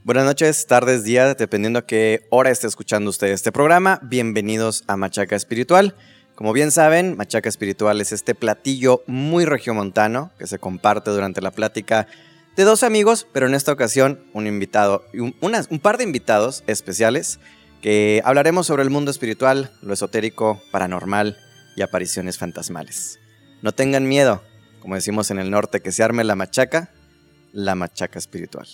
Buenas noches, tardes, días, dependiendo a qué hora esté escuchando usted este programa. Bienvenidos a Machaca Espiritual. Como bien saben, Machaca Espiritual es este platillo muy regiomontano que se comparte durante la plática de dos amigos, pero en esta ocasión un invitado, un par de invitados especiales que hablaremos sobre el mundo espiritual, lo esotérico, paranormal y apariciones fantasmales. No tengan miedo, como decimos en el norte, que se arme la machaca espiritual.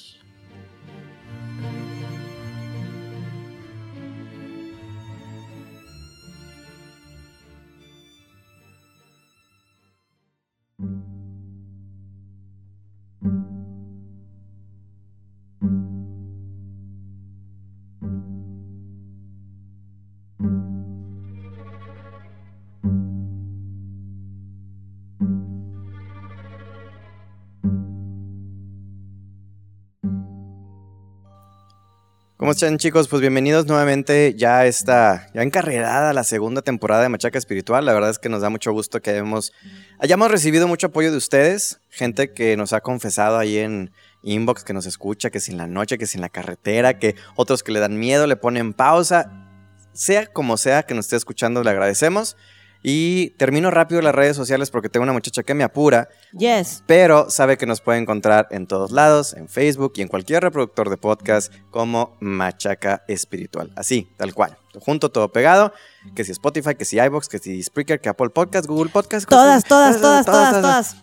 ¿Cómo están, chicos? Pues bienvenidos nuevamente. Ya encarrerada la segunda temporada de Machaca Espiritual. La verdad es que nos da mucho gusto que hayamos recibido mucho apoyo de ustedes. Gente que nos ha confesado ahí en inbox, que nos escucha, que si en la noche, que si en la carretera, que otros que le dan miedo, le ponen pausa. Sea como sea que nos esté escuchando, le agradecemos. Y termino rápido las redes sociales porque tengo una muchacha que me apura. Yes. Pero sabe que nos puede encontrar en todos lados, en Facebook y en cualquier reproductor de podcast como Machaca Espiritual. Así, tal cual. Junto, todo pegado. Que si Spotify, que si iVoox, que si Spreaker, que Apple Podcast, Google Podcast. Todas.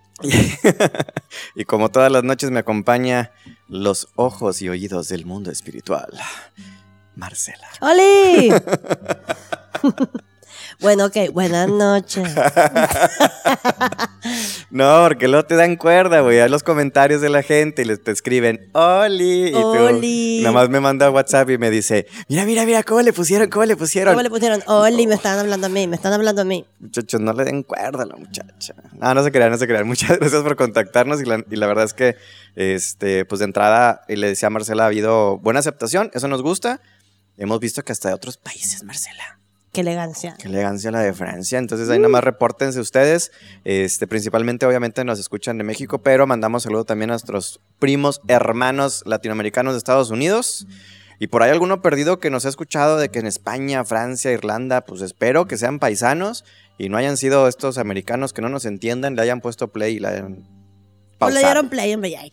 Y como todas las noches me acompaña los ojos y oídos del mundo espiritual. Marcela. ¡Oli! Bueno, ok, buenas noches. No, porque luego te dan cuerda, güey, a los comentarios de la gente y te escriben ¡Oli! Y ¡Oli! tú nada más me manda WhatsApp y me dice mira, ¿cómo le pusieron? ¿Cómo le pusieron? ¡Oli! Me están hablando a mí. Muchachos, no le den cuerda a la muchacha. No se crean. Muchas gracias por contactarnos y la verdad es que, pues de entrada, le decía a Marcela, ha habido buena aceptación, eso nos gusta. Hemos visto que hasta de otros países, Marcela. ¡Qué elegancia! ¡Qué elegancia la de Francia! Entonces ahí nada más repórtense ustedes. Principalmente, obviamente, nos escuchan de México, pero mandamos saludo también a nuestros primos, hermanos latinoamericanos de Estados Unidos. Y por ahí alguno perdido que nos ha escuchado de que en España, Francia, Irlanda, pues espero que sean paisanos y no hayan sido estos americanos que no nos entiendan, le hayan puesto play y la hayan pausado. Pues le dieron play, hombre, ya.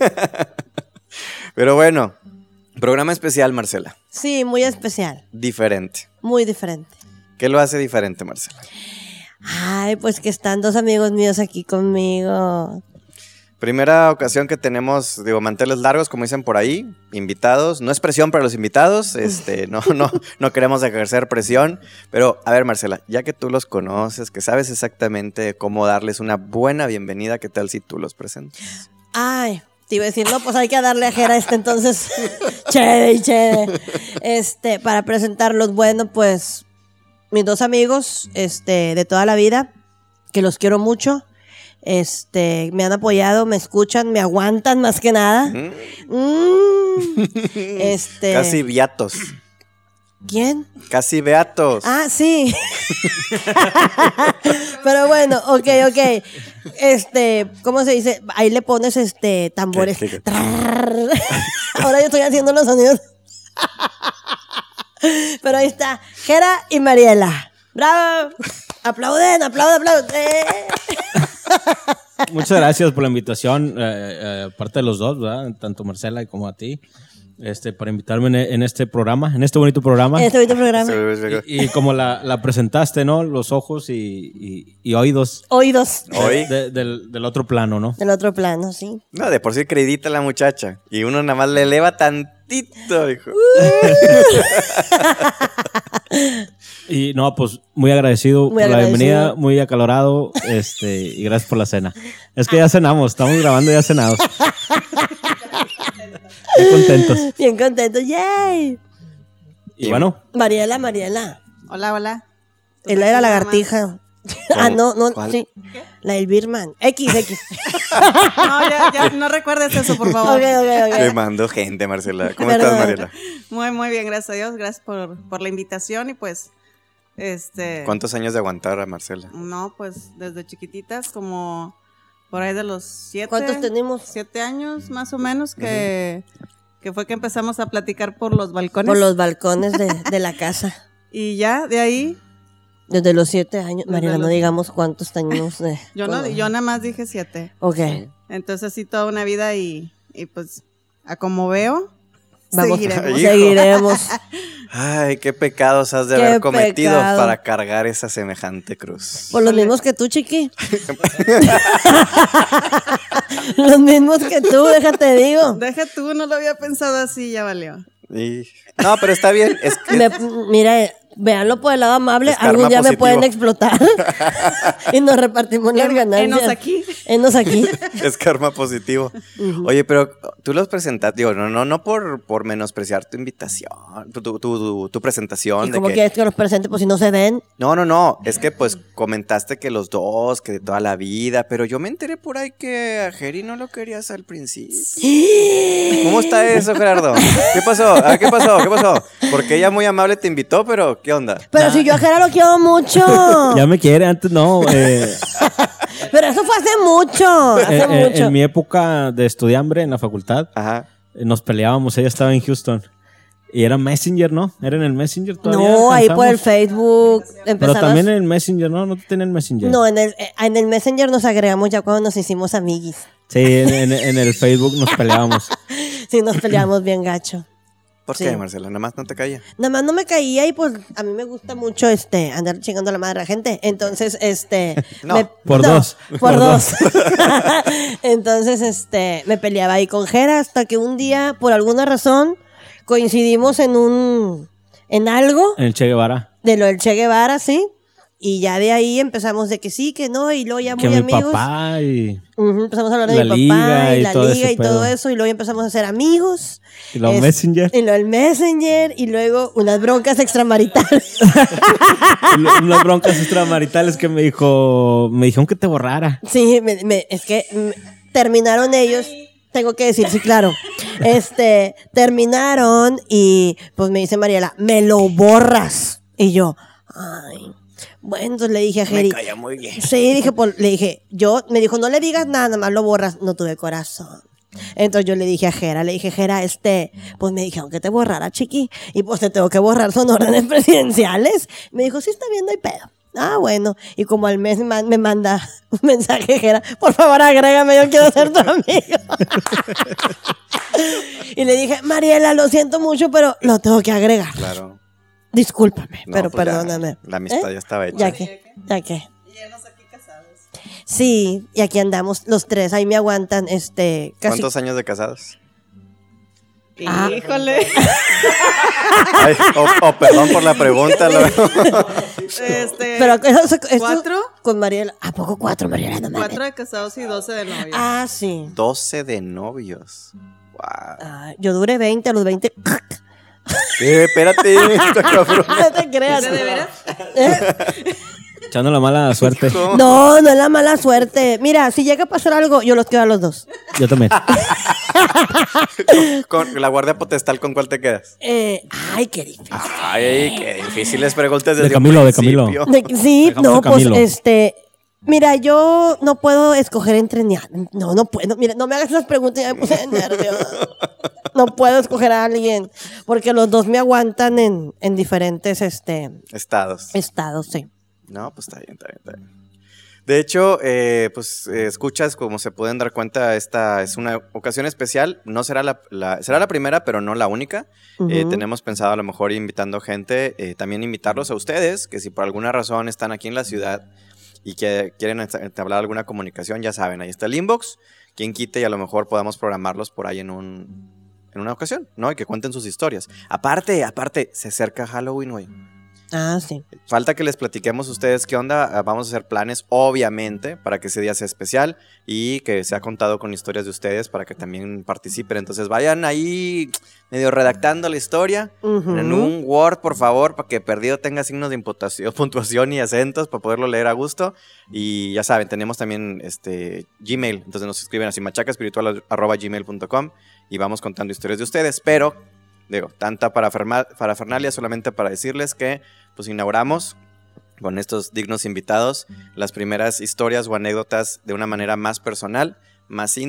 Pero bueno, programa especial, Marcela. Sí, muy especial. Diferente. Muy diferente. ¿Qué lo hace diferente, Marcela? Ay, pues que están dos amigos míos aquí conmigo. Primera ocasión que tenemos, manteles largos, como dicen por ahí, invitados. No es presión para los invitados, no queremos ejercer presión. Pero, a ver, Marcela, ya que tú los conoces, que sabes exactamente cómo darles una buena bienvenida, ¿qué tal si tú los presentas? Ay, te iba a decir, no, pues hay que darle a Jera entonces. Chévere. Para presentarlos, bueno, pues, mis dos amigos, de toda la vida, que los quiero mucho. Me han apoyado, me escuchan, me aguantan más que nada. Casi beatos. ¿Quién? Casi beatos. Ah, sí. Pero bueno, ok. ¿Cómo se dice? Ahí le pones tambores. ¿Qué? Ahora yo estoy haciendo los sonidos. Pero ahí está, Jera y Mariela. ¡Bravo! ¡Aplauden! Muchas gracias por la invitación, aparte de los dos, ¿verdad? Tanto Marcela como a ti, para invitarme en este programa, en este bonito programa. Y como la presentaste, ¿no? Los ojos y oídos. Oídos. Del otro plano, ¿no? Del otro plano, sí. No, de por sí acredita la muchacha. Y uno nada más le eleva tantito, hijo. Y no, pues muy agradecido por la bienvenida, muy acalorado, y gracias por la cena. Es que ya cenamos, estamos grabando ya cenados. Bien contentos, yay. Y bueno. Mariela. Hola. Él era lagartija. No, ¿cuál? sí. ¿Qué? La del Birman. X. No, ya no recuerdes eso, por favor. Ok. Te mando gente, Marcela. ¿Cómo estás, Mariela? Muy bien, gracias a Dios. Gracias por la invitación y pues, ¿Cuántos años de aguantar a Marcela? No, pues desde chiquititas, como por ahí de los 7. ¿Cuántos tenemos? 7 años, más o menos, que que fue que empezamos a platicar por los balcones. Por los balcones de la casa. Y ya, de ahí... Desde los 7 años. Mariela, no digamos cuántos años de... Yo nada más dije 7. Ok. Entonces sí, toda una vida y pues, a como veo, seguiremos. Ay, qué pecados has de haber cometido para cargar esa semejante cruz. Por los mismos que tú, chiqui. Los mismos que tú, déjate digo. Deja tú, no lo había pensado así, ya valió. No, pero está bien. Mira, véanlo por el lado amable, algún día positivo. Me pueden explotar y nos repartimos las ganancias. Enos aquí. Es karma positivo. Oye, pero tú los presentas, digo, no por menospreciar tu invitación, tu presentación. ¿Y cómo quieres que los presente? Pues si no se ven. No, es que pues comentaste que los dos, que de toda la vida, pero yo me enteré por ahí que a Jerry no lo querías al principio. ¿Cómo está eso, Gerardo? ¿Qué pasó? ¿Qué pasó? Porque ella muy amable te invitó, pero ¿qué onda? Pero si yo a Gerardo lo quiero mucho. Ya me quiere, antes no. Pero eso fue hace mucho. En mi época de estudiambre en la facultad, nos peleábamos. Ella estaba en Houston. Y era Messenger, ¿no? ¿Era en el Messenger todavía? No, ahí por el Facebook. Pero también en el Messenger, ¿no? ¿No te tenía el Messenger? No, en el Messenger nos agregamos ya cuando nos hicimos amiguis. Sí, en el Facebook nos peleábamos. Sí, nos peleábamos bien gacho. ¿Por qué, Marcela? ¿Nada más no te caía? Nada más no me caía y pues a mí me gusta mucho andar chingando a la madre a la gente. Entonces, Por dos. Entonces, me peleaba ahí con Jera hasta que un día, por alguna razón, coincidimos en algo. En el Che Guevara. De lo del Che Guevara, sí. Y ya de ahí empezamos de que sí, que no, y luego ya muy amigos. Que mi papá y... empezamos a hablar de mi papá y la liga y todo eso, y luego empezamos a ser amigos. Y luego Messenger. Y luego el Messenger, y luego unas broncas extramaritales. Unas broncas extramaritales que me dijeron que te borrara. Sí, es que terminaron ellos... Tengo que decir, sí, claro. Terminaron y pues me dice Mariela, me lo borras. Y yo, ay. Bueno, entonces le dije a Jerry. Me caía muy bien. Sí, le dije, me dijo, no le digas nada más lo borras. No tuve corazón. Entonces yo le dije a Jera, pues me dijeron que te borrara, chiqui. Y pues te tengo que borrar, son órdenes presidenciales. Me dijo, sí, está bien, no hay pedo. Ah, bueno. Y como al mes me manda un mensaje, Jera, por favor agrégame, yo quiero ser tu amigo. Y le dije, Mariela, lo siento mucho, pero lo tengo que agregar. Claro. Discúlpame, No, pero pues perdóname. La amistad ya estaba hecha. Ya que. Y llenos aquí casados. Sí, y aquí andamos los tres, ahí me aguantan, casi. ¿Cuántos años de casados? Híjole. Ay, perdón por la pregunta. Pero esto, 4 con Mariela. ¿A poco 4, Mariela? No 4 de casados y 12 de novios. Ah, sí. 12 de novios. Wow. Yo duré 20, a los 20. Espérate. No te creas. ¿De veras? Echando la mala suerte. No es la mala suerte. Mira, si llega a pasar algo, yo los quiero a los dos. Yo también. Con la guardia potestal, ¿con cuál te quedas? Ay, qué difícil. Ay, qué difíciles preguntas desde de Camilo. Sí, Dejamos no, pues Camilo. Mira, yo no puedo escoger entre no puedo. Mira, no me hagas esas preguntas, ya me puse nerviosa. No puedo escoger a alguien porque los dos me aguantan en diferentes estados, sí. No, pues está bien. De hecho, escuchas, como se pueden dar cuenta, esta es una ocasión especial. No será será la primera, pero no la única. Tenemos pensado a lo mejor invitando gente, también invitarlos a ustedes, que si por alguna razón están aquí en la ciudad y que quieren entablar alguna comunicación, ya saben, ahí está el inbox. Quien quite y a lo mejor podamos programarlos por ahí en una ocasión, ¿no? Y que cuenten sus historias. Aparte, se acerca Halloween hoy. Ah, sí. Falta que les platiquemos a ustedes qué onda. Vamos a hacer planes, obviamente, para que ese día sea especial y que sea contado con historias de ustedes para que también participen. Entonces vayan ahí medio redactando la historia en un Word, por favor, para que perdido tenga signos de puntuación y acentos para poderlo leer a gusto. Y ya saben, tenemos también Gmail. Entonces nos escriben así machacaespiritual@gmail.com y vamos contando historias de ustedes. Pero, digo, tanta parafernalia solamente para decirles que pues inauguramos con estos dignos invitados las primeras historias o anécdotas de una manera más personal, más íntima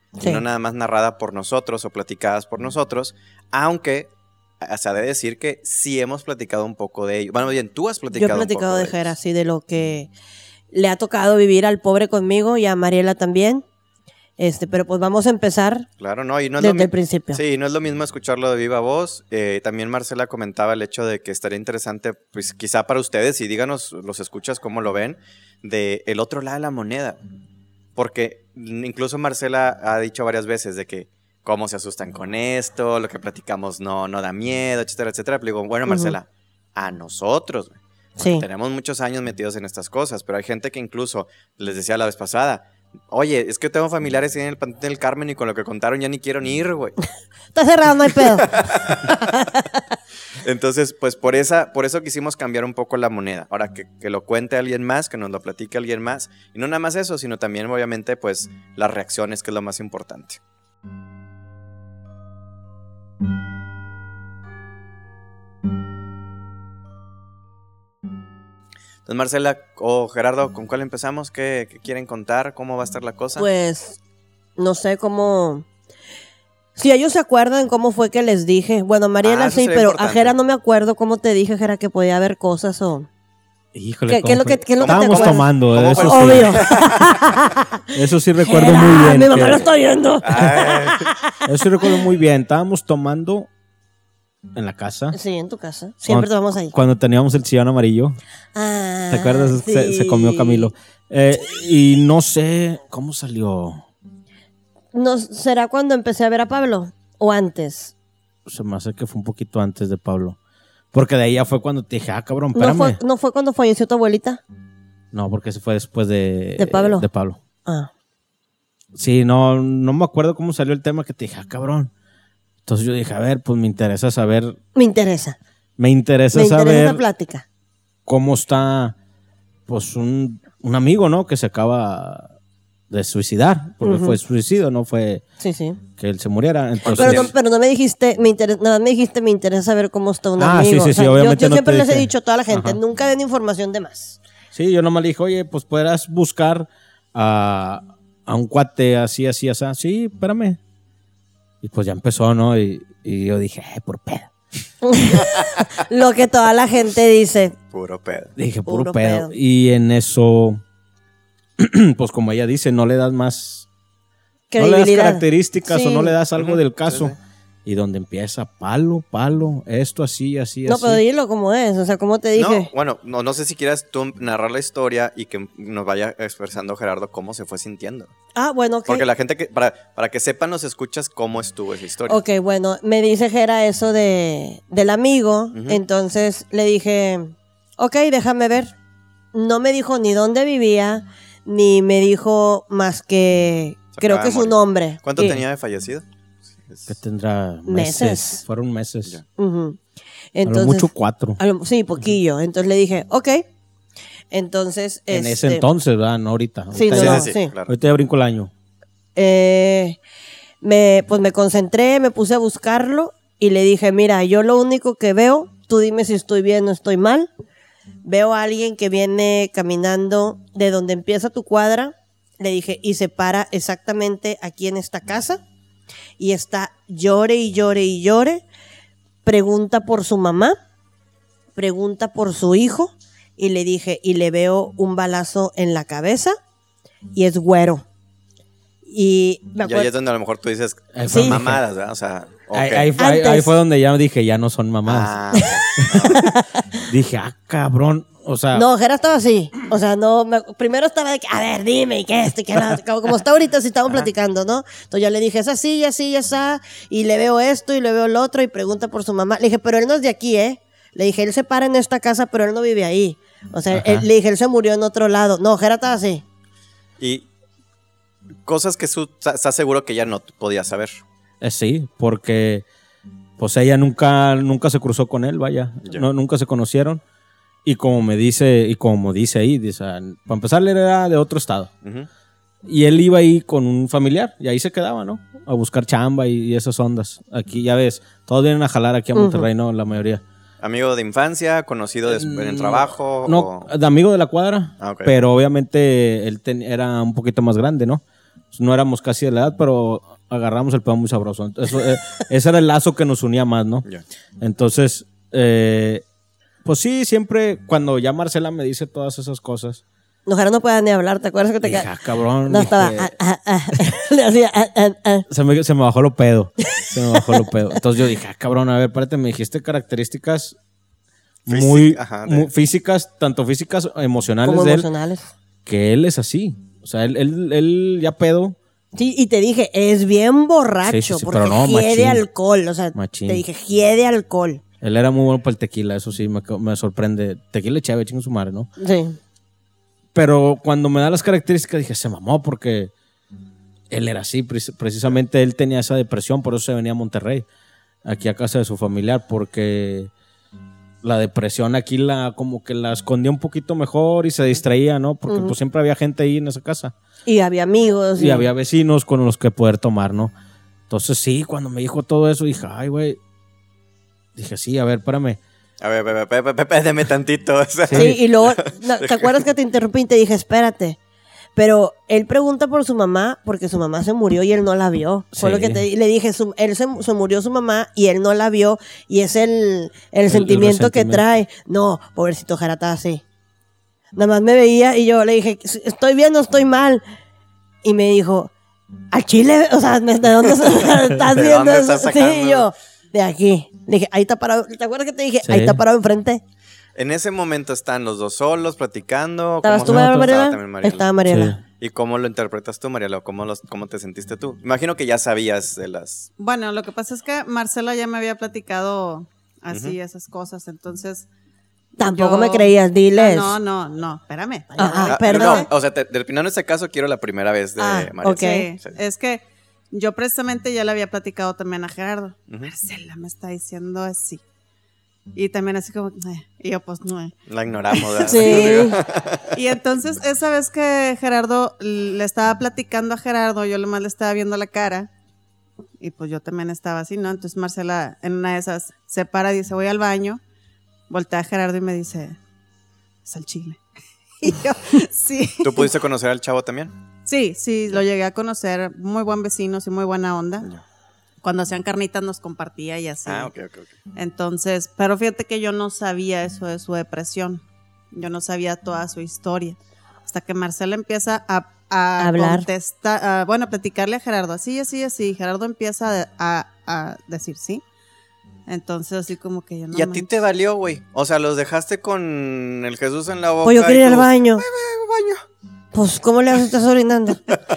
y no nada más narrada por nosotros o platicadas por nosotros, aunque se ha de decir que sí hemos platicado un poco de ello. Bueno, bien, tú has platicado un poco. Yo he platicado de Jera, sí, de lo que le ha tocado vivir al pobre conmigo y a Mariela también. Pero pues vamos a empezar claro, no, y no es desde el principio. Sí, no es lo mismo escucharlo de viva voz. También Marcela comentaba el hecho de que estaría interesante, pues quizá para ustedes, y díganos, los escuchas, cómo lo ven, de el otro lado de la moneda. Porque incluso Marcela ha dicho varias veces de que cómo se asustan con esto, lo que platicamos no da miedo, etcétera, etcétera. Pero digo, bueno, Marcela, a nosotros, sí, tenemos muchos años metidos en estas cosas, pero hay gente que incluso, les decía la vez pasada, oye, es que tengo familiares en el Panteón del Carmen y con lo que contaron ya ni quiero ni ir, güey. Está cerrado, no hay pedo. Entonces, pues por eso quisimos cambiar un poco la moneda. Ahora que lo cuente alguien más, que nos lo platique alguien más. Y no nada más eso, sino también, obviamente, pues las reacciones, que es lo más importante. Entonces, Marcela o Gerardo, ¿con cuál empezamos? ¿Qué quieren contar? ¿Cómo va a estar la cosa? Pues, no sé cómo... Si ellos se acuerdan cómo fue que les dije. Bueno, Mariela sí, pero importante. A Jera no me acuerdo cómo te dije, Jera, que podía haber cosas o... Híjole, ¿Qué es lo que te estábamos tomando, eso sí. Obvio. Eso sí recuerdo muy bien. Mi mamá lo está oyendo. Eso sí recuerdo muy bien. Estábamos tomando en la casa. Sí, en tu casa. Siempre tomamos ahí. Cuando teníamos el sillón amarillo. ¿Te acuerdas? Sí. Se comió Camilo. Y no sé cómo salió. ¿Será cuando empecé a ver a Pablo? ¿O antes? Se me hace que fue un poquito antes de Pablo. Porque de ahí ya fue cuando te dije, cabrón, espérame. ¿No fue cuando falleció tu abuelita? No, porque se fue después de Pablo. De Pablo. Ah. Sí, no me acuerdo cómo salió el tema que te dije, cabrón. Entonces yo dije, a ver, pues me interesa saber. Me interesa saber esa plática. Cómo está, pues, un amigo, ¿no? Que se acaba de suicidar. Porque fue suicidio, no fue que él se muriera. Entonces, pero no me dijiste, me interesa saber cómo está un amigo. Sí, obviamente. Yo siempre les he dicho a toda la gente, nunca den información de más. Sí, yo nomás le dije, oye, pues podrás buscar a un cuate así. Sí, espérame. Y pues ya empezó, ¿no? Y yo dije, por pedo. Lo que toda la gente dice. Puro pedo. Dije, puro pedo. Y en eso, pues como ella dice, no le das más, no le das características o no le das algo del caso. Y donde empieza palo, esto así. No, pero dilo como es, o sea, como te dije. No, bueno, no sé si quieras tú narrar la historia y que nos vaya expresando Gerardo cómo se fue sintiendo. Bueno, ok. Porque la gente, para que sepan, nos escuchas cómo estuvo esa historia. Ok, bueno, me dice Gera eso del amigo, entonces le dije, ok, déjame ver. No me dijo ni dónde vivía, ni me dijo más que, creo que su nombre. ¿Cuánto tenía de fallecido? Que tendrá meses. Fueron meses. Entonces, a lo mucho 4. Sí, poquillo. Entonces le dije, ok. Entonces, en ese entonces, ¿verdad? No ahorita. Sí, sí. Claro. Ahorita ya brinco el año. Pues me concentré, me puse a buscarlo y le dije, mira, yo lo único que veo, tú dime si estoy bien o estoy mal. Veo a alguien que viene caminando de donde empieza tu cuadra. Le dije, y se para exactamente aquí en esta casa. Y está llore y llore y llore. Pregunta por su mamá. Pregunta por su hijo. Y le dije, y le veo un balazo en la cabeza. Y es güero. Y me acuerdo. Ya es donde a lo mejor tú dices, son mamadas, ¿verdad? O sea, okay. Ahí fue donde ya dije, ya no son mamadas. Dije, cabrón. O sea, no, Jera estaba así. O sea, primero estaba de que, a ver, dime, y qué esto, y qué no. Como está ahorita, si estamos platicando, ¿no? Entonces yo le dije, es así, y le veo esto, y le veo lo otro, y pregunta por su mamá. Le dije, pero él no es de aquí, ¿eh? Le dije, él se para en esta casa, pero él no vive ahí. O sea, le dije, él se murió en otro lado. No, Jera estaba así. Y cosas que estás seguro que ella no podía saber. Sí, porque pues ella nunca se cruzó con él, vaya. No, nunca se conocieron. Y como dice ahí, para empezar, él era de otro estado. Y él iba ahí con un familiar y ahí se quedaba, ¿no? A buscar chamba y esas ondas. Aquí, ya ves, todos vienen a jalar aquí a Monterrey, ¿no? La mayoría. ¿Amigo de infancia? ¿Conocido en el trabajo? No, amigo de la cuadra. Okay. Pero obviamente él era un poquito más grande, ¿no? No éramos casi de la edad, pero agarramos el pedo muy sabroso. Eso, ese era el lazo que nos unía más, ¿no? Yeah. Entonces, pues sí, siempre cuando ya Marcela me dice todas esas cosas. Gerardo no podía ni hablar, ¿te acuerdas que te quedaste? Cabrón. No, estaba. Le hacía. Se me bajó lo pedo. Entonces yo dije, cabrón, a ver, espérate, me dijiste características muy físicas, tanto físicas, emocionales como de emocionales. Que él es así. O sea, él ya pedo. Sí, y te dije, es bien borracho, porque hiede alcohol. O sea, machín. Te dije, hiede alcohol. Él era muy bueno para el tequila, eso sí, me sorprende. Tequila y chévere, chingo su madre, ¿no? Sí. Pero cuando me da las características dije, se mamó porque él era así. Precisamente él tenía esa depresión, por eso se venía a Monterrey, aquí a casa de su familiar, porque la depresión aquí como que la escondía un poquito mejor y se distraía, ¿no? Porque pues siempre había gente ahí en esa casa. Y había amigos. Y había vecinos con los que poder tomar, ¿no? Entonces sí, cuando me dijo todo eso dije, ay, güey. Dije, sí, a ver, espérame. A ver, espérame tantito. Sí, y luego, ¿te acuerdas que te interrumpí y te dije, espérate? Pero él pregunta por su mamá porque su mamá se murió y él no la vio. Sí. Fue lo que le dije, él se murió su mamá y él no la vio y es el sentimiento que trae. No, pobrecito Gerardo, así. Nada más me veía y yo le dije, ¿estoy bien o estoy mal? Y me dijo, ¿al Chile? O sea, ¿de dónde estás viendo eso? Sí, yo, de aquí. Le dije, ahí está parado. ¿Te acuerdas que te dije? Sí. Ahí está parado enfrente. En ese momento están los dos solos platicando. ¿Estabas tú, Mariela? Estaba Mariela. Sí. ¿Y cómo lo interpretas tú, Mariela? ¿Cómo te sentiste tú? Imagino que ya sabías de las... Bueno, lo que pasa es que Marcela ya me había platicado así esas cosas, entonces... Tampoco me creías, diles. No, espérame. Perdón. No, o sea, terminando ese caso, quiero la primera vez de Mariela. Okay. Sí. Es que yo precisamente ya le había platicado también a Gerardo. Marcela me está diciendo así. Y también así como, y yo pues no. La ignoramos, ¿verdad? Sí. Y entonces esa vez que Gerardo le estaba platicando a Gerardo, yo nomás le estaba viendo la cara. Y pues yo también estaba así, ¿no? Entonces Marcela en una de esas se para y dice, voy al baño. Voltea a Gerardo y me dice, es al chile. Y yo, sí. ¿Tú pudiste conocer al chavo también? Sí, lo llegué a conocer. Muy buen vecino, sí, muy buena onda. No. Cuando hacían carnitas nos compartía y así. Ok. Entonces, pero fíjate que yo no sabía eso de su depresión. Yo no sabía toda su historia. Hasta que Marcela empieza a hablar. Contestar, a platicarle a Gerardo. Así. Gerardo empieza a decir sí. Entonces, así como que yo no. ¿Y a ti te valió, güey? O sea, los dejaste con el Jesús en la boca. Pues yo quería ir al baño. Baño. Pues, ¿cómo le vas a estar orinando?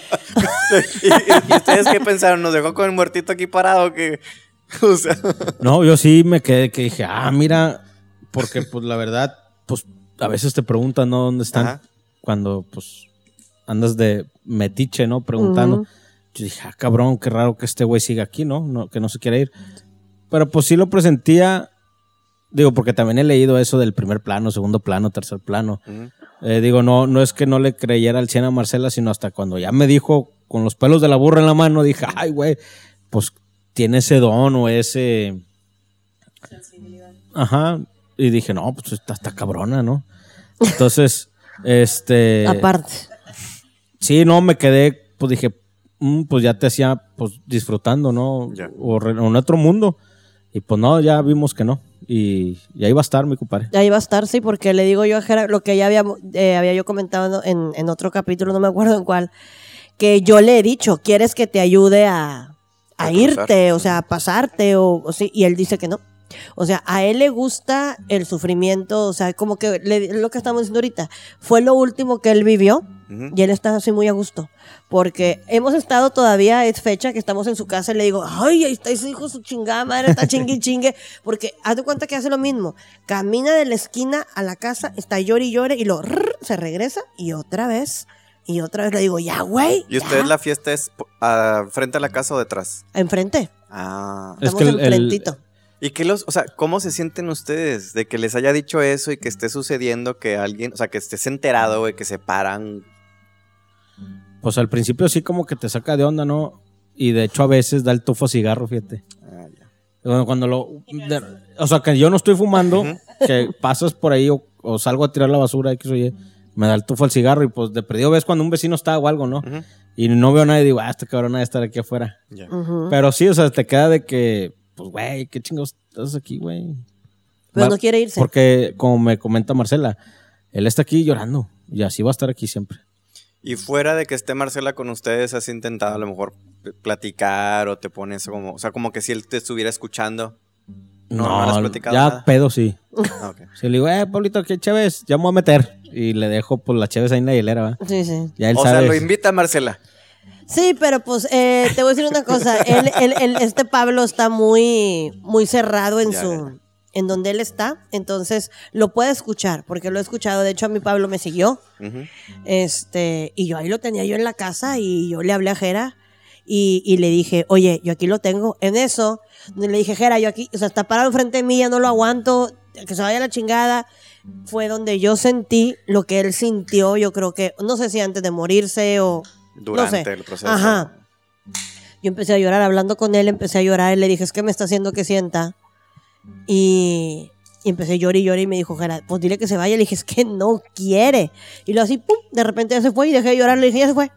¿Y ustedes qué pensaron? ¿Nos dejó con el muertito aquí parado? ¿Qué? O sea. No, yo sí me quedé, que dije, mira, porque pues la verdad, pues a veces te preguntan, ¿no? ¿Dónde están? Ajá. Cuando, pues, andas de metiche, ¿no? Preguntando. Yo dije, cabrón, qué raro que este güey siga aquí, ¿no? Que no se quiera ir. Pero pues sí lo presentía, digo, porque también he leído eso del primer plano, segundo plano, tercer plano. Digo, no es que no le creyera al 100 a Marcela, sino hasta cuando ya me dijo con los pelos de la burra en la mano, dije, ay, güey, pues tiene ese don o ese... sensibilidad. Ajá, y dije, no, pues está cabrona, ¿no? Entonces, aparte. Sí, no, me quedé, pues dije, pues ya te hacía, pues disfrutando, ¿no? Yeah. O en otro mundo. Y pues no, ya vimos que no. Y ahí va a estar, mi compadre. Ahí va a estar, sí, porque le digo yo a Gerardo, lo que ya había yo comentado en otro capítulo, no me acuerdo en cuál, que yo le he dicho, ¿quieres que te ayude a irte? O sea, a pasarte, o sí, y él dice que no. O sea, a él le gusta el sufrimiento, o sea, como que lo que estamos diciendo ahorita, fue lo último que él vivió y él está así muy a gusto, porque hemos estado todavía, es fecha que estamos en su casa y le digo, ay, ahí está ese hijo su chingada madre, está chingue, porque haz de cuenta que hace lo mismo, camina de la esquina a la casa, está llore y llore y se regresa y otra vez le digo, ya güey. ¿Y ustedes la fiesta es frente a la casa o detrás? Enfrente. Es que enfrentito. ¿Y o sea, cómo se sienten ustedes de que les haya dicho eso y que esté sucediendo que alguien, o sea, que estés enterado, güey, que se paran? Pues al principio sí como que te saca de onda, ¿no? Y de hecho a veces da el tufo a cigarro, fíjate. Ya. Cuando o sea, que yo no estoy fumando, que pasas por ahí o salgo a tirar la basura, X o Y, me da el tufo al cigarro y pues de perdido ves cuando un vecino está o algo, ¿no? Uh-huh. Y no veo a nadie y digo, este cabrón ha de estar aquí afuera. Yeah. Uh-huh. Pero sí, o sea, te queda de que, pues, güey, qué chingados estás aquí, güey. Pero no quiere irse. Porque, como me comenta Marcela, él está aquí llorando y así va a estar aquí siempre. Y fuera de que esté Marcela con ustedes, ¿has intentado a lo mejor platicar o te pones como, o sea, como que si él te estuviera escuchando? No has platicado ya nada. Pedo sí. Okay. Si le digo, Pablito, ¿qué chéves? Ya me voy a meter. Y le dejo pues la chéves ahí en la hielera, ¿va? Sí, sí. Ya él o sabe. sea, lo invita Marcela. Sí, pero pues te voy a decir una cosa. Este Pablo está muy, muy cerrado en donde él está. Entonces lo puede escuchar, porque lo he escuchado. De hecho, a mi Pablo me siguió. Uh-huh. Y yo ahí lo tenía yo en la casa y yo le hablé a Jera y le dije, oye, yo aquí lo tengo. En eso, le dije, Jera, yo aquí, o sea, está parado enfrente de mí, ya no lo aguanto, que se vaya a la chingada. Fue donde yo sentí lo que él sintió, yo creo que, no sé si antes de morirse o... Durante no sé. El proceso. Ajá. Yo empecé a llorar, hablando con él, empecé a llorar, y le dije, es que me está haciendo que sienta. Y empecé a llorar y me dijo, Gerard, pues dile que se vaya. Le dije, es que no quiere. Y luego así, pum, de repente ya se fue y dejé de llorar, le dije, ya se fue.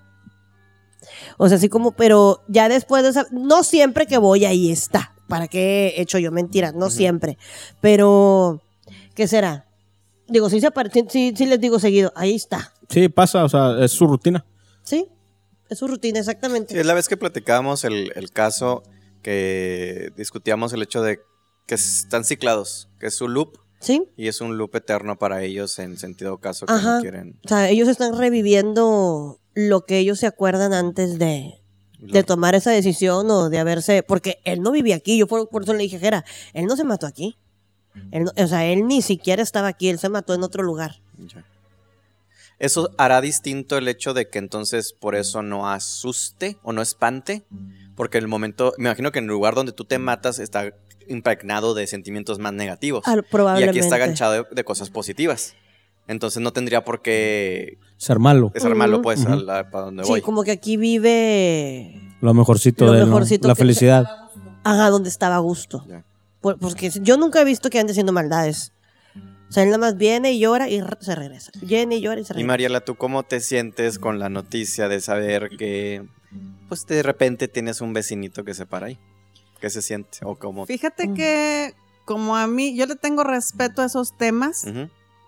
O sea, así como, pero ya después de esa, no siempre que voy ahí está. ¿Para qué he hecho yo mentiras? No siempre. Pero, ¿qué será? Digo, sí les digo seguido, ahí está. Sí, pasa, o sea, es su rutina. Sí, es su rutina, exactamente. Sí, es la vez que platicábamos el caso que discutíamos el hecho de que están ciclados, que es su loop. Sí. Y es un loop eterno para ellos en sentido caso que no quieren. O sea, ellos están reviviendo lo que ellos se acuerdan antes de tomar esa decisión o de haberse... Porque él no vivía aquí, yo por eso le dije, Jera, él no se mató aquí. Él ni siquiera estaba aquí, él se mató en otro lugar. Ya. ¿Eso hará distinto el hecho de que entonces por eso no asuste o no espante? Porque el momento, me imagino que en el lugar donde tú te matas está impregnado de sentimientos más negativos. Probablemente. Y aquí está aganchado de cosas positivas. Entonces no tendría por qué... ser malo. Ser malo, pues, para donde voy. Sí, como que aquí vive... Lo mejorcito de la felicidad. Ajá, donde estaba a gusto. Yeah. Porque yo nunca he visto que ande haciendo maldades. O sea, él nada más viene y llora y se regresa. Viene y llora y se regresa. Y Mariela, ¿tú cómo te sientes con la noticia de saber que, pues, de repente tienes un vecinito que se para ahí? ¿Qué se siente? ¿O cómo? Fíjate que, como a mí, yo le tengo respeto a esos temas. Uh-huh.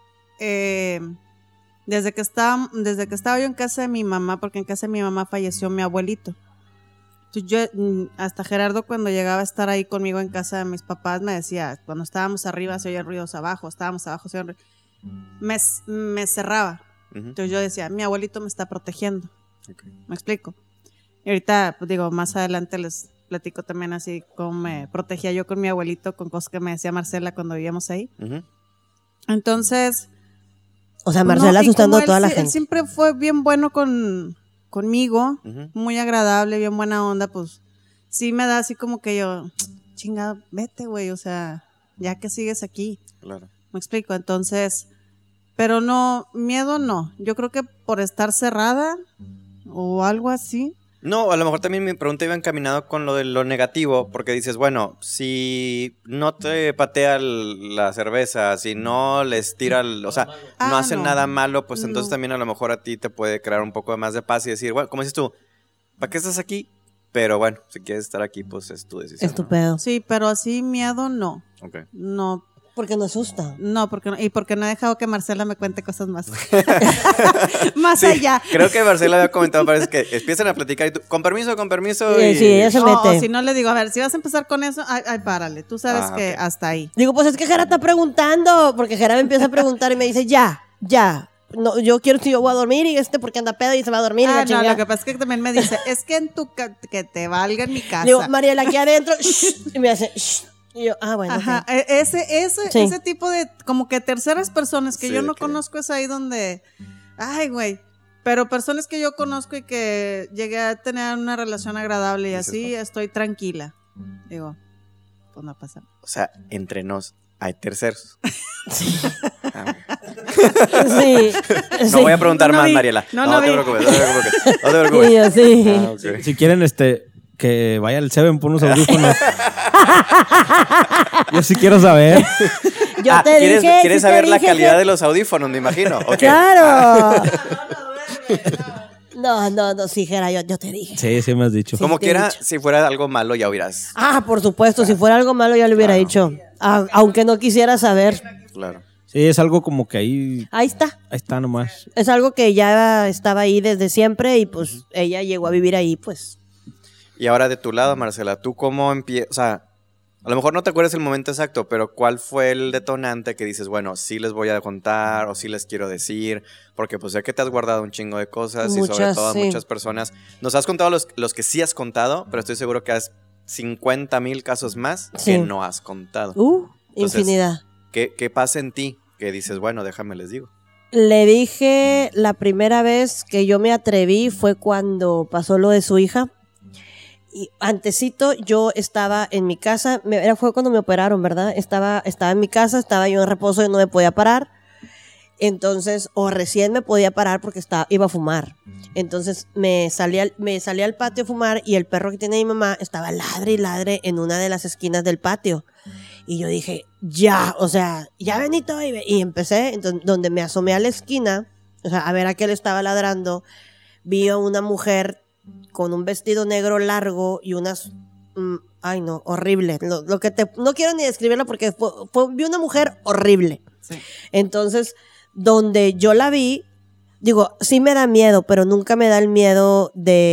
Desde que estaba yo en casa de mi mamá, porque en casa de mi mamá falleció mi abuelito. Yo, hasta Gerardo, cuando llegaba a estar ahí conmigo en casa de mis papás, me decía, cuando estábamos arriba se oían ruidos abajo, estábamos abajo se oían ruidos. Me cerraba. Uh-huh. Entonces yo decía, mi abuelito me está protegiendo. Okay. ¿Me explico? Y ahorita, pues digo, más adelante les platico también así cómo me protegía yo con mi abuelito, con cosas que me decía Marcela cuando vivíamos ahí. Uh-huh. Entonces... O sea, Marcela asustando a toda la gente. Él siempre fue bien bueno conmigo, uh-huh. Muy agradable, bien buena onda, pues sí me da así como que yo, chingado, vete, güey, o sea, ya que sigues aquí. Claro. Me explico, entonces, pero no, miedo no, yo creo que por estar cerrada o algo así. No, a lo mejor también mi pregunta iba encaminado con lo de lo negativo, porque dices, bueno, si no te patea la cerveza, si no les tira, o sea, no hacen nada malo, pues entonces también a lo mejor a ti te puede crear un poco más de paz y decir, bueno, como dices tú, ¿para qué estás aquí? Pero bueno, si quieres estar aquí, pues es tu decisión. Estupendo. ¿No? Sí, pero así miedo no. Okay. No. Porque no asusta. No, porque no he dejado que Marcela me cuente cosas más. Más sí, allá. Creo que Marcela había comentado, parece que empiezan a platicar y tú, con permiso. Sí, sí, ella se mete. O si no le digo, a ver, si vas a empezar con eso, ay, párale. Tú sabes que hasta ahí. Digo, pues es que Jera está preguntando, porque Jera me empieza a preguntar y me dice, ya. No, yo quiero que yo voy a dormir y porque anda pedo y se va a dormir. No, lo que pasa es que también me dice, es que que te valga en mi casa. Digo, Mariela, aquí adentro, y me hace, y yo, bueno. Ajá, okay. Ese tipo de, como que terceras personas que yo no conozco es ahí donde, ay, güey. Pero personas que yo conozco y que llegué a tener una relación agradable y así, estoy tranquila. Digo, pues no pasa. O sea, entre nos hay terceros. Sí. Sí. No voy a preguntar más, Mariela. No te preocupes. Sí. Okay. Si quieren, que vaya al Seven por unos audífonos. Yo sí quiero saber. ¿Quieres saber la calidad de los audífonos, me imagino? Okay. ¡Claro! No, sí, Jera, yo te dije. Sí, me has dicho. Sí, como quiera, si fuera algo malo, ya hubieras. Por supuesto, si fuera algo malo, ya lo hubiera dicho. Aunque no quisiera saber. Claro. Sí, es algo como que ahí... Ahí está. Ahí está nomás. Es algo que ya estaba ahí desde siempre y pues ella llegó a vivir ahí, pues. Y ahora de tu lado, Marcela, ¿tú cómo empiezas? O sea, a lo mejor no te acuerdas el momento exacto, pero ¿cuál fue el detonante que dices, bueno, sí les voy a contar o sí les quiero decir? Porque pues sé que te has guardado un chingo de cosas y sobre todo muchas personas. Nos has contado los que sí has contado, pero estoy seguro que has 50,000 casos más que no has contado. Entonces, infinidad. ¿Qué pasa en ti? Que dices, bueno, déjame les digo. Le dije la primera vez que yo me atreví fue cuando pasó lo de su hija. Y antesito yo estaba en mi casa, fue cuando me operaron, ¿verdad? Estaba en mi casa, estaba yo en reposo y no me podía parar. Entonces, o recién me podía parar porque iba a fumar. Entonces me salí al patio a fumar y el perro que tiene mi mamá estaba ladre y ladre en una de las esquinas del patio. Y yo dije, ya Benito, y empecé, entonces, donde me asomé a la esquina, o sea, a ver a qué le estaba ladrando, vi a una mujer con un vestido negro largo y unas, ay no, horrible, no quiero ni describirla porque vi una mujer horrible. Sí. Entonces, donde yo la vi, digo, sí me da miedo, pero nunca me da el miedo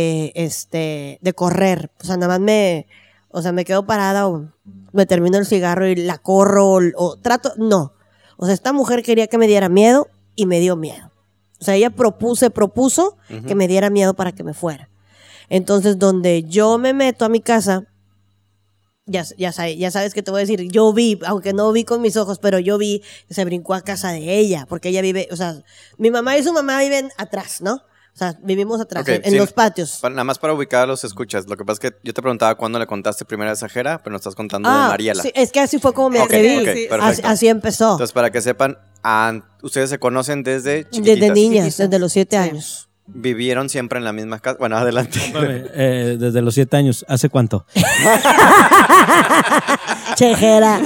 de correr, o sea, nada más me quedo parada o me termino el cigarro y la corro o trato, no. O sea, esta mujer quería que me diera miedo y me dio miedo. O sea, ella propuso que me diera miedo para que me fuera. Entonces, donde yo me meto a mi casa, ya sabes que te voy a decir, yo vi, aunque no vi con mis ojos, pero yo vi que se brincó a casa de ella, porque ella vive, o sea, mi mamá y su mamá viven atrás, ¿no? O sea, vivimos atrás, en los patios. Nada más para ubicar a los escuchas. Lo que pasa es que yo te preguntaba cuándo le contaste primero a esa Jera, pero no estás contando de Mariela. Sí, es que así fue como me atreví. Sí, así empezó. Entonces, para que sepan, ustedes se conocen desde chiquititas. Desde niñas, desde los 7 años. ¿Vivieron siempre en la misma casa? Bueno, adelante. Desde los 7 años. ¿Hace cuánto? Chejera.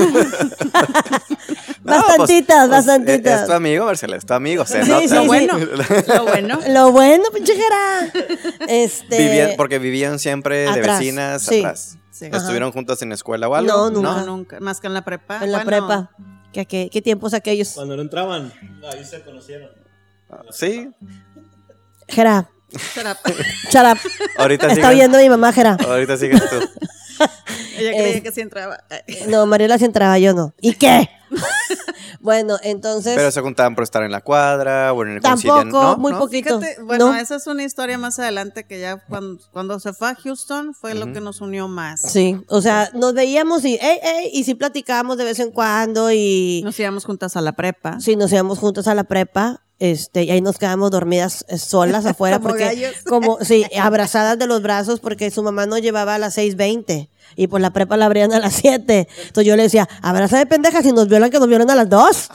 Bastantitas. Es tu amigo, Marcela, es tu amigo. Lo bueno, pinche Jera. Porque vivían siempre de vecinas atrás. Sí. ¿Estuvieron juntas en la escuela o algo? No, nunca. Más que en la prepa. En la prepa. ¿Qué tiempos aquellos? Cuando no entraban, ahí se conocieron. Sí. Jera. Shut up. Ahorita está oyendo mi mamá, Jera. Ahorita sigues tú. Ella creía que sí entraba. No, Mariela sí entraba, yo no. ¿Y qué? Bueno, entonces... Pero se juntaban por estar en la cuadra o en el Tampoco, ¿no? muy poquito. Fíjate, bueno, esa es una historia más adelante que ya cuando se fue a Houston fue lo que nos unió más. Sí, o sea, nos veíamos y sí platicábamos de vez en cuando y... Nos íbamos juntas a la prepa. Sí, nos íbamos juntas a la prepa. Y ahí nos quedamos dormidas solas afuera porque abrazadas de los brazos porque su mamá nos llevaba a las 6:20 y por la prepa la abrían a las 7. Entonces yo le decía, abraza de pendejas y nos violan que nos violan a las 2.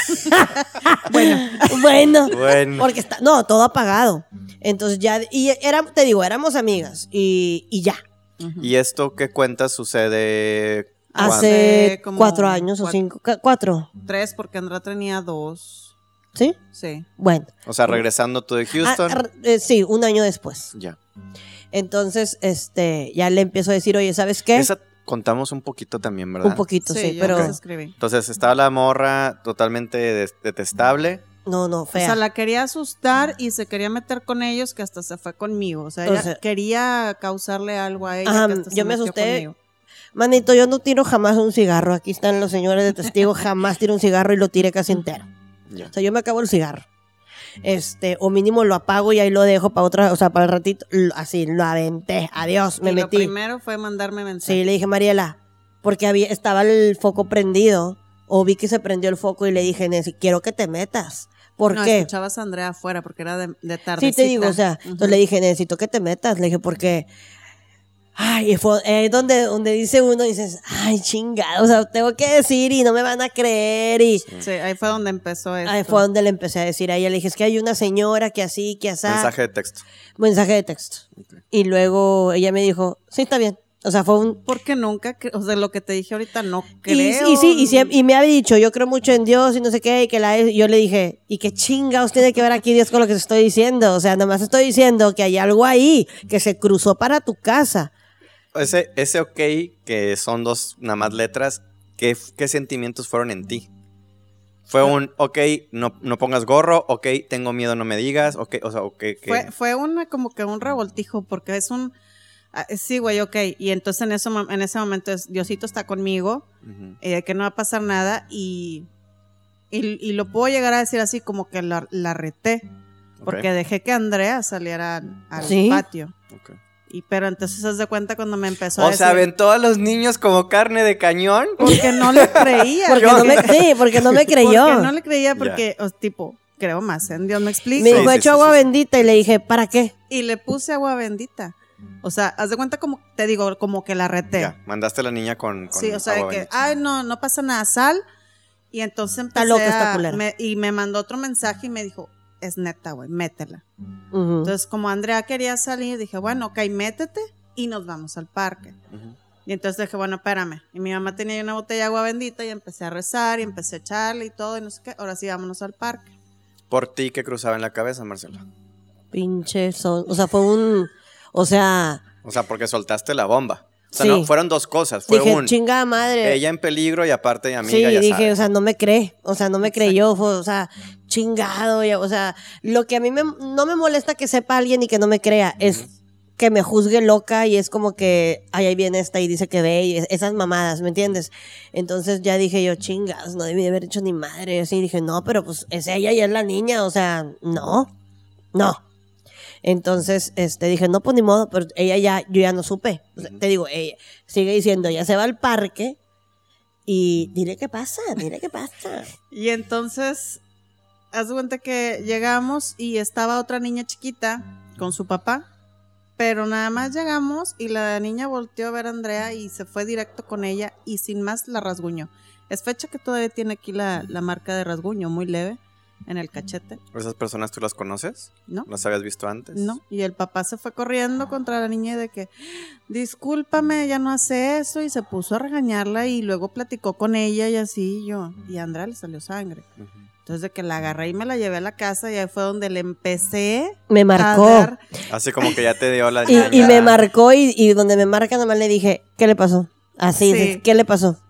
Bueno, porque todo apagado. Entonces ya, éramos amigas y ya. ¿Y esto qué cuentas sucede? Hace como 4 años o 5, 4. 3 porque Andrea tenía 2. ¿Sí? Sí. Bueno. O sea, regresando tú de Houston. Sí, 1 año después. Ya. Entonces, ya le empiezo a decir, oye, ¿sabes qué? Esa contamos un poquito también, ¿verdad? Un poquito, sí, pero... Entonces, estaba la morra totalmente detestable. No, fea. O sea, la quería asustar y se quería meter con ellos que hasta se fue conmigo. O sea, ella quería causarle algo a ella. Que hasta yo me asusté. Conmigo. Manito, yo no tiro jamás un cigarro. Aquí están los señores de testigo. Jamás tiro un cigarro y lo tiré casi entero. Yeah. O sea, yo me acabo el cigarro. O mínimo lo apago y ahí lo dejo para otra, o sea, para el ratito, así, lo aventé. Adiós, me metí. Lo primero fue mandarme mensaje. Sí, le dije, Mariela, porque estaba el foco prendido, o vi que se prendió el foco y le dije, quiero que te metas. ¿Por qué? Escuchabas a Andrea afuera porque era de tardecita. Sí, te digo, o sea, entonces le dije, necesito que te metas. Le dije, porque... Ay, fue donde dice uno, dices, ay, chingada, o sea, tengo que decir y no me van a creer. Sí, ahí fue donde empezó esto. Ahí fue donde le empecé a decir a ella, le dije, es que hay una señora que así, que así. Mensaje de texto. Okay. Y luego ella me dijo, sí, está bien. O sea, fue un... Porque nunca, o sea, lo que te dije ahorita no creo. Y me había dicho, yo creo mucho en Dios y no sé qué, y que yo le dije, ¿y qué chingados tiene que ver aquí Dios con lo que te estoy diciendo? O sea, nomás estoy diciendo que hay algo ahí que se cruzó para tu casa. Ese ok, que son dos nada más letras, ¿qué sentimientos fueron en ti? Fue un, ok, no pongas gorro, ok, tengo miedo, no me digas, ok, o sea, ok. Fue como que un revoltijo, porque es un... Sí, güey, ok. Y entonces en ese momento es, Diosito está conmigo, que no va a pasar nada, y lo puedo llegar a decir así como que la reté, porque dejé que Andrea saliera al patio. Okay. Pero entonces haz de cuenta cuando me empezó a decir... O sea, aventó a los niños como carne de cañón. Porque no le creía. porque no me creyó. Porque no le creía, porque, tipo, creo más en Dios, ¿me explico? Me dijo, hecho agua bendita, y le dije, ¿para qué? Y le puse agua bendita. O sea, haz de cuenta como, te digo, como que la reté. Ya, mandaste a la niña con sí, o sea, agua bendita. Ay, no pasa nada, sal. Y entonces empecé y me mandó otro mensaje y me dijo, es neta, güey, métela. Entonces, como Andrea quería salir, dije, bueno, ok, métete y nos vamos al parque. Y entonces dije, bueno, espérame. Y mi mamá tenía una botella de agua bendita y empecé a rezar y empecé a echarle y todo y no sé qué. Ahora sí, vámonos al parque. ¿Por ti qué cruzaba en la cabeza, Marcela? Pinche son, o sea, fue un, o sea, porque soltaste la bomba. O sea, no, fueron dos cosas. Fue dije, chingada madre. Ella en peligro y aparte amiga, sí, ya dije, sabes. O sea, no me cree. O sea, no me creyó. O sea, chingado. O sea, lo que a mí no me molesta que sepa alguien y que no me crea es que me juzgue loca y es como que, ay, ahí viene esta y dice que ve y esas mamadas, ¿me entiendes? Entonces ya dije yo, chingas, no debí de haber hecho ni madre. Así dije, no, pero pues es ella y es la niña. O sea, no. Entonces, dije, no, pues ni modo, pero yo ya no supe. O sea, te digo, ella sigue diciendo, ya se va al parque y dile qué pasa. Y entonces, haz de cuenta que llegamos y estaba otra niña chiquita con su papá, pero nada más llegamos y la niña volteó a ver a Andrea y se fue directo con ella y sin más la rasguñó. Es fecha que todavía tiene aquí la marca de rasguño, muy leve. En el cachete. ¿Esas personas tú las conoces? No. ¿Las habías visto antes? No. Y el papá se fue corriendo contra la niña de que, discúlpame, ya no hace eso. Y se puso a regañarla y luego platicó con ella y así y a Andrea le salió sangre. Entonces de que la agarré y me la llevé a la casa y ahí fue donde le empecé me marcó. A dar... Así como que ya te dio la y me marcó y donde me marca nomás le dije, ¿qué le pasó? Así, sí. ¿Qué le pasó?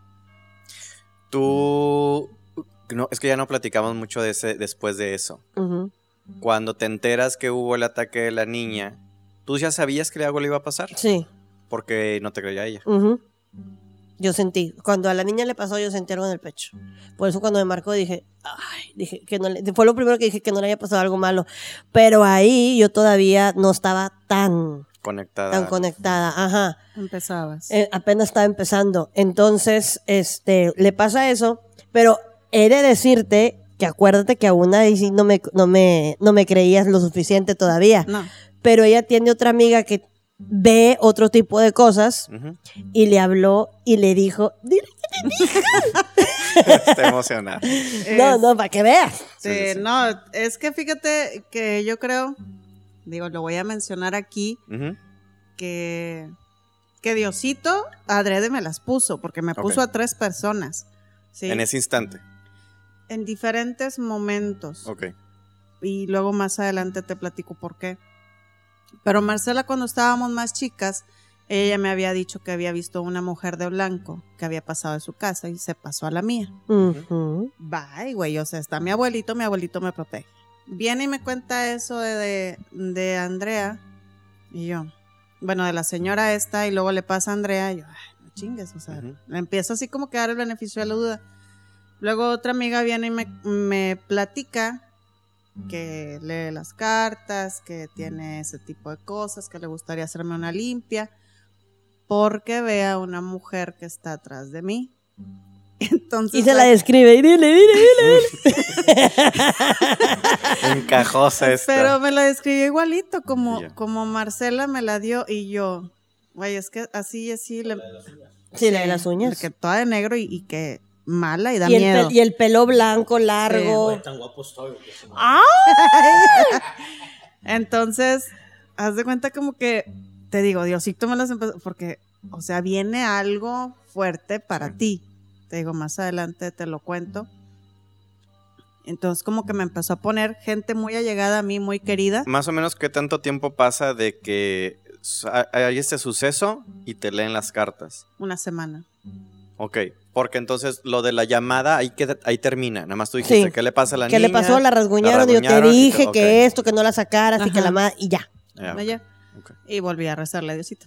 Tú... No, es que ya no platicamos mucho después de eso. Cuando te enteras que hubo el ataque de la niña, ¿tú ya sabías que algo le iba a pasar? Sí. Porque no te creía ella. Yo sentí, cuando a la niña le pasó, yo sentí algo en el pecho. Por eso cuando me marcó dije que no fue lo primero que dije, que no le haya pasado algo malo. Pero ahí yo todavía no estaba tan conectada, ajá. Empezabas. Apenas estaba empezando. Entonces, le pasa eso, pero he de decirte que acuérdate que aún ahí no me creías lo suficiente todavía. No. Pero ella tiene otra amiga que ve otro tipo de cosas y le habló y le dijo, dile que te diga. Está emocionada. No, para que veas. Sí. No, es que fíjate que yo creo, lo voy a mencionar aquí, que Diosito adrede me las puso, porque me puso a 3 personas. ¿Sí? En ese instante. En diferentes momentos. Ok. Y luego más adelante te platico por qué. Pero Marcela, cuando estábamos más chicas, ella me había dicho que había visto una mujer de blanco que había pasado de su casa y se pasó a la mía. Bye, güey, o sea, está mi abuelito me protege. Viene y me cuenta eso de Andrea y yo, bueno, de la señora esta, y luego le pasa a Andrea y yo, ay, no chingues, o sea, le empiezo así como que a dar el beneficio de la duda. Luego otra amiga viene y me platica que lee las cartas, que tiene ese tipo de cosas, que le gustaría hacerme una limpia, porque ve a una mujer que está atrás de mí. Entonces, y se la describe, y dile. Encajosa esta. Pero me la describió igualito, como Marcela me la dio, y yo, güey, es que así. Sí, la de las uñas. Que toda de negro y que mala y da miedo. Y el pelo blanco, largo. Sí. Tan guapo estoy. Entonces, haz de cuenta como que, te digo, Diosito me las empezó, porque o sea, viene algo fuerte para ti. Te digo, más adelante te lo cuento. Entonces como que me empezó a poner gente muy allegada a mí, muy querida. Más o menos, ¿qué tanto tiempo pasa de que hay este suceso y te leen las cartas? Una semana. Ok, porque entonces lo de la llamada ahí termina. Nada más tú dijiste, ¿qué le pasa a la niña? ¿Qué le pasó? La rasguñaron, yo te dije que esto, que no la sacaras y que la madre, y ya. Okay. Y volví a rezarle a Diosito.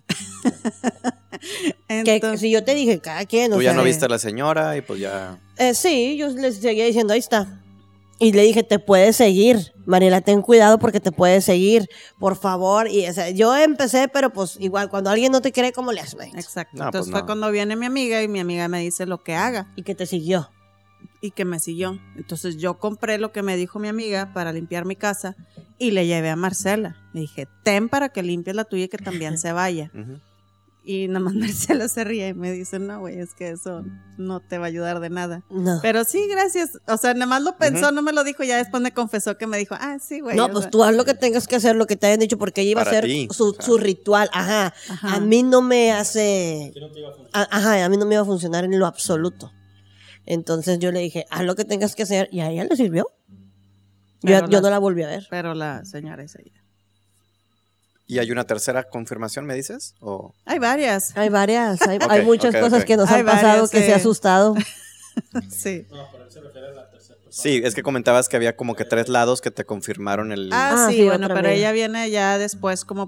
Que si yo te dije, cada quien. Tú ya no viste a la señora y pues ya. Sí, yo les seguía diciendo, ahí está. Y le dije, te puedes seguir, Mariela, ten cuidado porque te puedes seguir, por favor. Y o sea, yo empecé, pero pues igual, cuando alguien no te cree, ¿cómo le haces? Exacto. No, entonces fue cuando viene mi amiga y mi amiga me dice lo que haga. Y que te siguió. Y que me siguió. Entonces yo compré lo que me dijo mi amiga para limpiar mi casa y le llevé a Marcela. Le dije, ten para que limpies la tuya y que también se vaya. Y nada más Marcela se ríe y me dice, no, güey, es que eso no te va a ayudar de nada. No. Pero sí, gracias. O sea, nada más lo pensó, no me lo dijo. Ya después me confesó que me dijo, sí, güey. No, pues tú haz lo que tengas que hacer, lo que te hayan dicho, porque ella iba a hacer su ritual. Ajá. A mí no me hace... a mí no me iba a funcionar en lo absoluto. Entonces yo le dije, haz lo que tengas que hacer. Y a ella le sirvió. Yo no la volví a ver. Pero la señora es ella. ¿Y hay una tercera confirmación, me dices? ¿O? Hay varias. Hay muchas cosas que nos han pasado que se ha asustado. Sí. No, pero él se refiere a la tercera persona. Sí, es que comentabas que había como que 3 lados que te confirmaron el... Sí, bueno, pero ella viene ya después como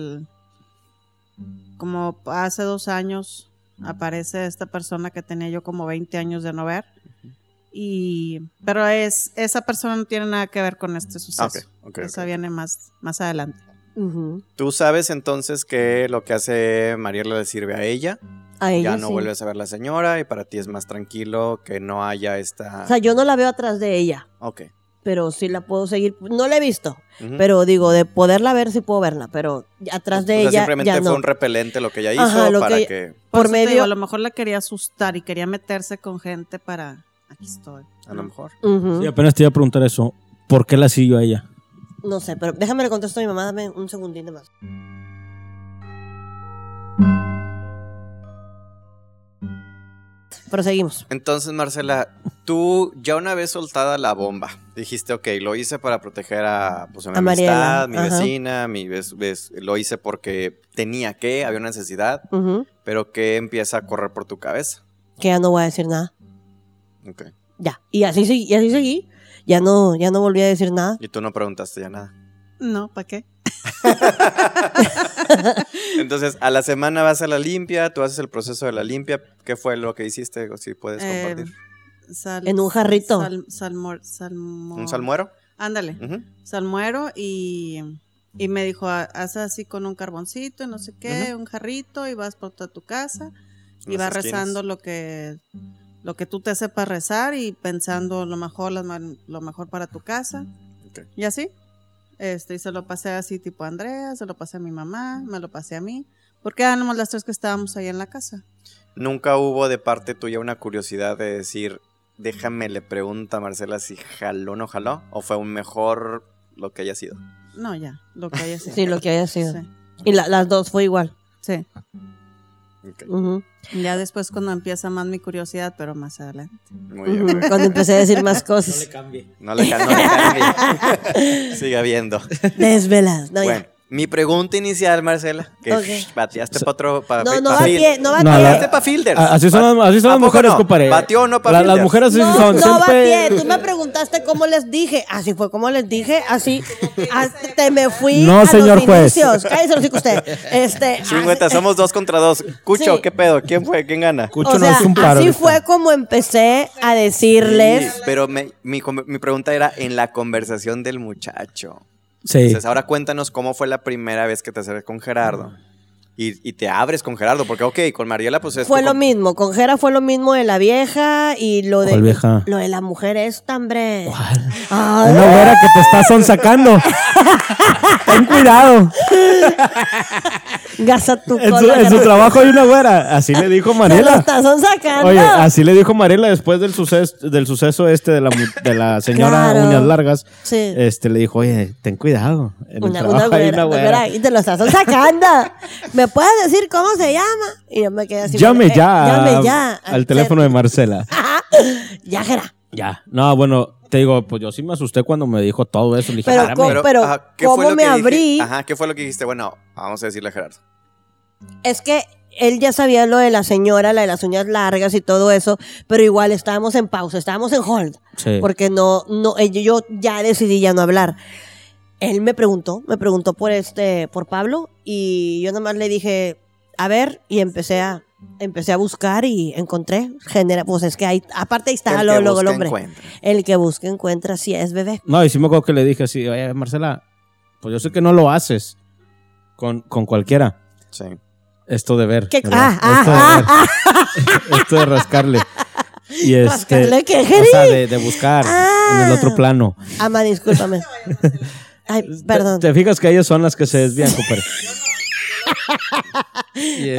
como hace 2 años aparece esta persona que tenía yo como 20 años de no ver. Pero esa persona no tiene nada que ver con este suceso. Esa viene más adelante. ¿Tú sabes entonces que lo que hace Mariela le sirve a ella? A ella ya no vuelves a ver a la señora y para ti es más tranquilo que no haya esta... O sea, yo no la veo atrás de ella. Ok. Pero sí la puedo seguir. No la he visto, pero digo, de poderla ver sí puedo verla, pero atrás de ella simplemente ya no. fue un repelente lo que ella hizo para que... Por medio... Digo, a lo mejor la quería asustar y quería meterse con gente para... Aquí estoy. A lo mejor. Sí, apenas te iba a preguntar eso. ¿Por qué la siguió a ella? No sé, pero déjame le contesto a mi mamá, dame un segundín más. Proseguimos. Entonces, Marcela, tú ya una vez soltada la bomba, dijiste, ok, lo hice para proteger a mi amistad, mi vecina, lo hice porque tenía que, había una necesidad, pero ¿qué empieza a correr por tu cabeza? Que ya no voy a decir nada. Ok. Ya, y así seguí. Ya no volví a decir nada. ¿Y tú no preguntaste ya nada? No, ¿para qué? Entonces, a la semana vas a la limpia, tú haces el proceso de la limpia. ¿Qué fue lo que hiciste? O si puedes compartir. En un jarrito. ¿Un salmuero? Ándale. Salmuero y me dijo, haz así con un carboncito y no sé qué, un jarrito y vas por toda tu casa y vas rezando lo que tú te sepas rezar y pensando lo mejor para tu casa. Okay. Y así. Y se lo pasé así tipo a Andrea, se lo pasé a mi mamá, me lo pasé a mí, porque éramos las 3 que estábamos ahí en la casa. ¿Nunca hubo de parte tuya una curiosidad de decir, déjame le pregunta a Marcela si jaló o no jaló? ¿O fue un mejor lo que haya sido? No, ya, lo que haya sido. Sí, lo que haya sido. Sí. Y las dos fue igual. Sí. Okay. Ya después cuando empieza más mi curiosidad, pero más adelante. Muy bien. Cuando empecé a decir más cosas. No le cambie. No le cambie. Siga viendo. Desvelas. No, bueno, mi pregunta inicial, Marcela, que bateaste para otro... No va a pie. Bateaste para fielders. Así son las mujeres, no? compadre. ¿Batió o no para Las mujeres así son. No va a pie. Tú me preguntaste cómo les dije. Así fue como les dije. Así. Te me fui no, a señor los juez. inicios. Cállese los hijos usted. Chingüeta, somos 2 contra 2. Cucho, Sí. ¿qué pedo? ¿Quién fue? ¿Quién gana? Cucho o sea, no es un paro. así fue como empecé a decirles. Sí, pero mi pregunta era en la conversación del muchacho. Sí. Entonces, ahora cuéntanos cómo fue la primera vez que te acercas con Gerardo. Y te abres con Gerardo, porque ok, con Mariela pues es... Fue lo mismo, con Gera fue lo mismo de la vieja y lo de... ¿Cuál vieja? Lo de la mujer esta, hombre. Una güera que te está sonsacando. Ten cuidado. Gasa tu cola. En su trabajo hay una güera. Así le dijo Mariela. Se lo están sacando. Oye, así le dijo Mariela después del suceso de la señora uñas largas. Sí. Le dijo, oye, ten cuidado. En el trabajo güera, hay una güera. Y te lo estás sacando. ¿Me puedes decir cómo se llama? Y yo me quedé así. Llame ya. Al teléfono de Marcela. Ya, Jera. Ya. No, bueno, te digo, pues yo sí me asusté cuando me dijo todo eso. Le dije, pero ¿cómo me abrí? Ajá, ¿qué fue lo que dijiste? Bueno, vamos a decirle a Gerardo. Es que él ya sabía lo de la señora, la de las uñas largas y todo eso, pero igual estábamos en pausa, estábamos en hold. Sí. Porque yo ya decidí ya no hablar. Él me preguntó por Pablo, y yo nomás le dije, a ver, y empecé a buscar y encontré. Pues es que aparte ahí está el hombre. Encuentra. El que busca encuentra, si es bebé. No, y sí me acuerdo que le dije así, oye, Marcela, pues yo sé que no lo haces con cualquiera. Sí. Esto de ver. Esto de rascarle. Y ¿Rascarle qué, o sea, de buscar en el otro plano. Ama, discúlpame. Ay, perdón. Te fijas que ellas son las que se desvían, compadre. Y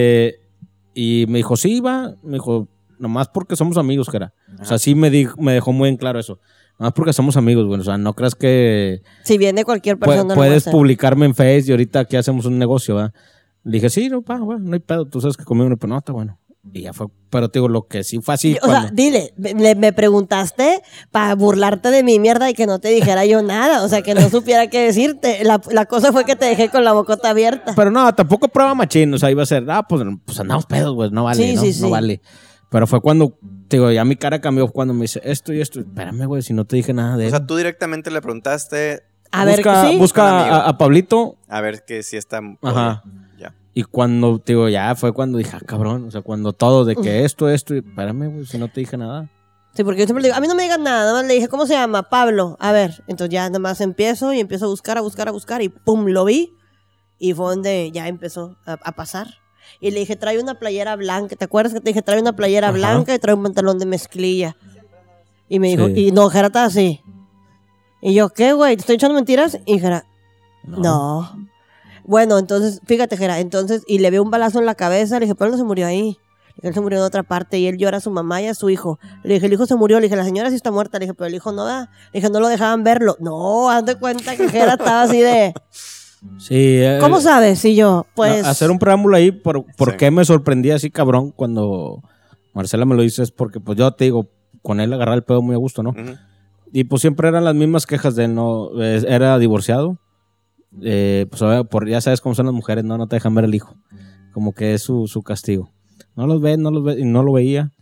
Y me dijo, sí, va. Me dijo, nomás porque somos amigos, Jera. O sea, sí me dejó muy en claro eso. Nomás porque somos amigos, güey. O sea, no creas que... Si viene cualquier persona... Puedes publicarme en Face y ahorita aquí hacemos un negocio, ¿verdad? Le dije, sí, no, bueno, no hay pedo. Tú sabes que conmigo no, pero no, está bueno. Y ya fue. Pero te digo, lo que sí fue así. O sea, dile, me preguntaste para burlarte de mi mierda y que no te dijera yo nada. O sea, que no supiera qué decirte. La cosa fue que te dejé con la bocota abierta. Pero no, tampoco prueba machín. O sea, iba a ser, pues andamos pedos, güey. No vale, no vale. Pero fue cuando, te digo, ya mi cara cambió cuando me dice esto y esto. Espérame, güey, si no te dije nada de él. O sea, tú directamente le preguntaste... Busca a Pablito. A ver que si está... Ajá. Ya. Y cuando, te digo, ya fue cuando dije, cabrón. O sea, cuando todo de que esto, y espérame, güey, si no te dije nada. Sí, porque yo siempre le digo, a mí no me digan nada. Nada más le dije, ¿cómo se llama? Pablo. A ver, entonces ya nada más empiezo a buscar y pum, lo vi. Y fue donde ya empezó a pasar. Y le dije, trae una playera blanca. ¿Te acuerdas que te dije, trae una playera blanca y trae un pantalón de mezclilla? Y me dijo, y no, Jera está así. Y yo, ¿qué, güey? ¿Te estoy echando mentiras? Y Jera, no. Bueno, entonces, fíjate, Jera, y le veo un balazo en la cabeza. Le dije, pero él no se murió ahí. Él se murió en otra parte y él llora a su mamá y a su hijo. Le dije, el hijo se murió. Le dije, la señora sí está muerta. Le dije, pero el hijo no da. Le dije, no lo dejaban verlo. No, haz de cuenta que Jera estaba así de... Sí. ¿Cómo sabes? Y yo, pues... Hacer un preámbulo ahí, ¿por qué me sorprendí así, cabrón, cuando Marcela me lo dice? Es porque, pues yo te digo, con él agarrar el pedo muy a gusto, ¿no? Uh-huh. Y pues siempre eran las mismas quejas de él, ¿no? Era divorciado. Pues ya sabes cómo son las mujeres, ¿no? No te dejan ver al hijo. Como que es su castigo. No los ve, y no lo veía.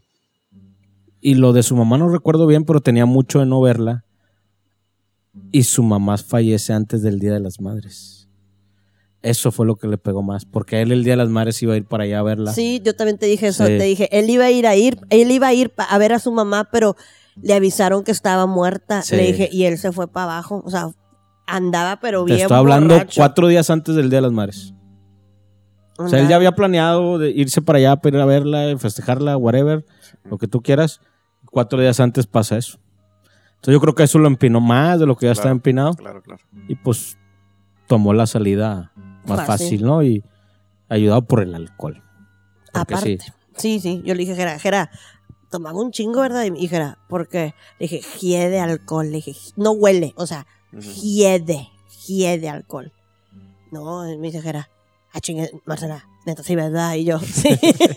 Y lo de su mamá no recuerdo bien, pero tenía mucho de no verla. Y su mamá fallece antes del Día de las Madres. Eso fue lo que le pegó más, porque él el Día de las Madres iba a ir para allá a verla. Sí, yo también te dije eso. Sí. Te dije, él iba a ir a ver a su mamá, pero le avisaron que estaba muerta. Sí. Le dije, y él se fue para abajo. O sea, andaba pero bien. Te estoy hablando borracho. 4 días antes del Día de las Madres. O sea, él ya había planeado de irse para allá para ir a verla, festejarla, whatever, lo que tú quieras. 4 días antes pasa eso. Entonces yo creo que eso lo empinó más de lo que ya estaba empinado. Claro. Y pues tomó la salida más fácil, ¿no? Y ayudado por el alcohol. Aparte. Sí. Yo le dije, Jera, tomaba un chingo, ¿verdad? Y Jera, ¿por qué? Le dije, hiede alcohol. Le dije, no huele. O sea, hiede alcohol. No, me dice Jera, chingue, Marcela, neta, sí, ¿verdad? Y yo, sí.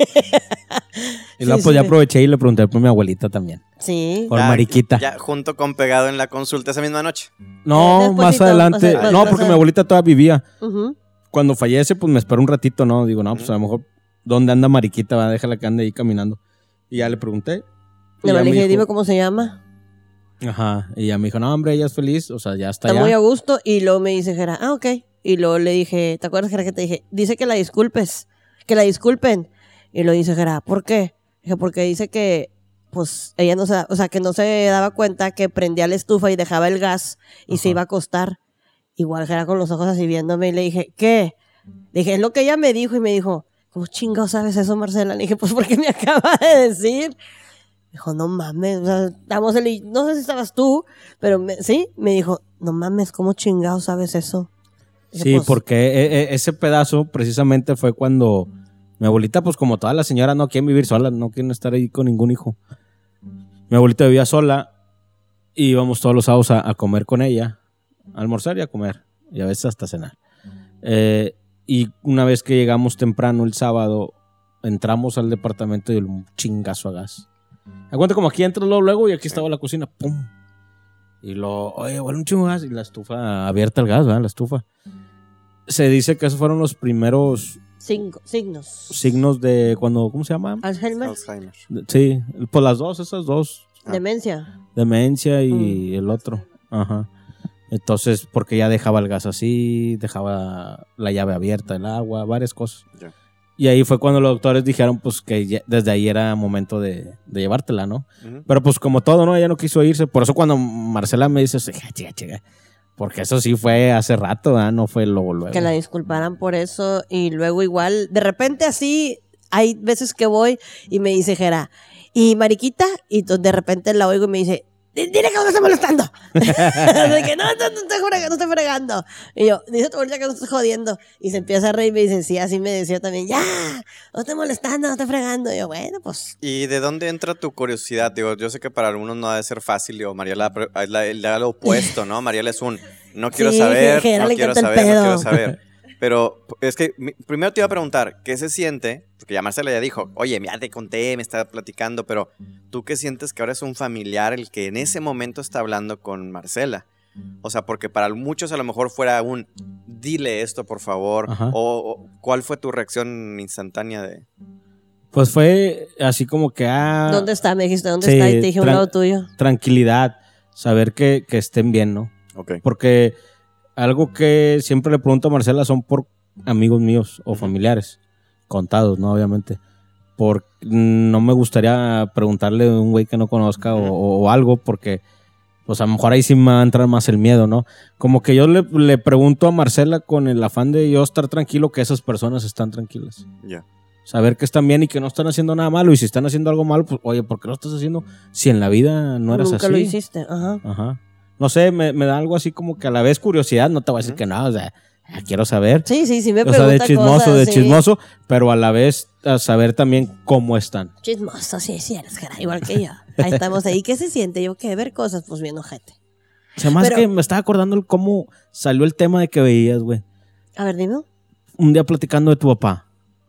Y luego pues ya aproveché y le pregunté por mi abuelita también. Sí. Por Mariquita. Ya junto con pegado en la consulta esa misma noche. No, más adelante. Porque mi abuelita todavía vivía. Uh-huh. Cuando fallece, pues me esperó un ratito, ¿no? Digo, no, pues a lo mejor, ¿dónde anda Mariquita? Va, déjala que ande ahí caminando. Y ya le pregunté. Le dije, dime cómo se llama. Ajá. Y ya me dijo, no, hombre, ella es feliz. O sea, ya está allá. Muy a gusto. Y luego me dice, Jera, ok. Y luego le dije, ¿te acuerdas, Jera, que te dije? Dice que la disculpes. Que la disculpen. Y lo dice Jera, ¿por qué? Dije, porque dice que, pues, ella no se, o sea, que no se daba cuenta que prendía la estufa y dejaba el gas y se iba a acostar. Igual Jera con los ojos así viéndome y le dije, ¿qué? Le dije, es lo que ella me dijo y me dijo, ¿cómo chingados sabes eso, Marcela? Le dije, pues porque me acaba de decir. Dijo, no mames, o sea, no sé si estabas tú, pero sí, me dijo, no mames, ¿cómo chingados sabes eso? Sí, pues, porque ese pedazo precisamente fue cuando mi abuelita, pues como todas las señoras, no quieren vivir solas, no quieren estar ahí con ningún hijo. Mi abuelita vivía sola y íbamos todos los sábados a comer con ella, a almorzar y a comer, y a veces hasta cenar. Y una vez que llegamos temprano el sábado, entramos al departamento y un chingazo a gas. Aguanta como aquí entras luego y aquí estaba la cocina, ¡pum! Y oye, bueno, un chingo de gas y la estufa abierta al gas, ¿verdad? La estufa. Se dice que esos fueron los primeros signos de cuando, ¿cómo se llama? Alzheimer. Sí, pues esas dos. Demencia y el otro. Ajá. Entonces, porque ya dejaba el gas así, dejaba la llave abierta, el agua, varias cosas. Yeah. Y ahí fue cuando los doctores dijeron pues que desde ahí era momento de llevártela, ¿no? Uh-huh. Pero pues como todo, ¿no? Ella no quiso irse. Por eso cuando Marcela me dice, chica, porque eso sí fue hace rato, ¿verdad? No fue luego. Que la disculparan por eso y luego igual, de repente así, hay veces que voy y me dice Jera, y Mariquita, y de repente la oigo y me dice, dile que no me está molestando. De que no estoy fregando. Y yo, dice tu abuelita que no estoy jodiendo. Y se empieza a reír y me dice, sí, así me decía también, ya, no estoy molestando, no estoy fregando. Y yo, bueno, pues. ¿Y de dónde entra tu curiosidad? Digo, yo sé que para algunos no ha de ser fácil. Digo, Mariela es lo opuesto, ¿no? Mariela es no quiero saber, no quiero saber. Pero es que primero te iba a preguntar, ¿qué se siente? Porque ya Marcela ya dijo, oye, ya te conté, me estaba platicando, pero ¿tú qué sientes que ahora es un familiar el que en ese momento está hablando con Marcela? O sea, porque para muchos a lo mejor fuera dile esto, por favor. O ¿cuál fue tu reacción instantánea de...? Pues fue así como que... ¿Dónde está? Me dijiste, ¿dónde está? Y te dije un lado tuyo. Tranquilidad, saber que estén bien, ¿no? Okay. Porque... Algo que siempre le pregunto a Marcela son por amigos míos o familiares, contados, ¿no? Obviamente. No me gustaría preguntarle a un güey que no conozca o algo, porque pues a lo mejor ahí sí me va a entrar más el miedo, ¿no? Como que yo le pregunto a Marcela con el afán de yo estar tranquilo, que esas personas están tranquilas. Ya. Yeah. Saber que están bien y que no están haciendo nada malo, y si están haciendo algo malo, pues oye, ¿por qué lo estás haciendo si en la vida no eras así? Nunca lo hiciste, ajá. No sé, me da algo así como que a la vez curiosidad, no te voy a decir que no, o sea, quiero saber. Sí, me pregunta de chismoso, cosas, chismoso, pero a la vez a saber también cómo están. Chismoso, sí, eres cara, igual que yo. Ahí estamos ahí. ¿Qué se siente? Yo que ver cosas, pues viendo gente. Además que me estaba acordando cómo salió el tema de que veías, güey. A ver, dime. Un día platicando de tu papá.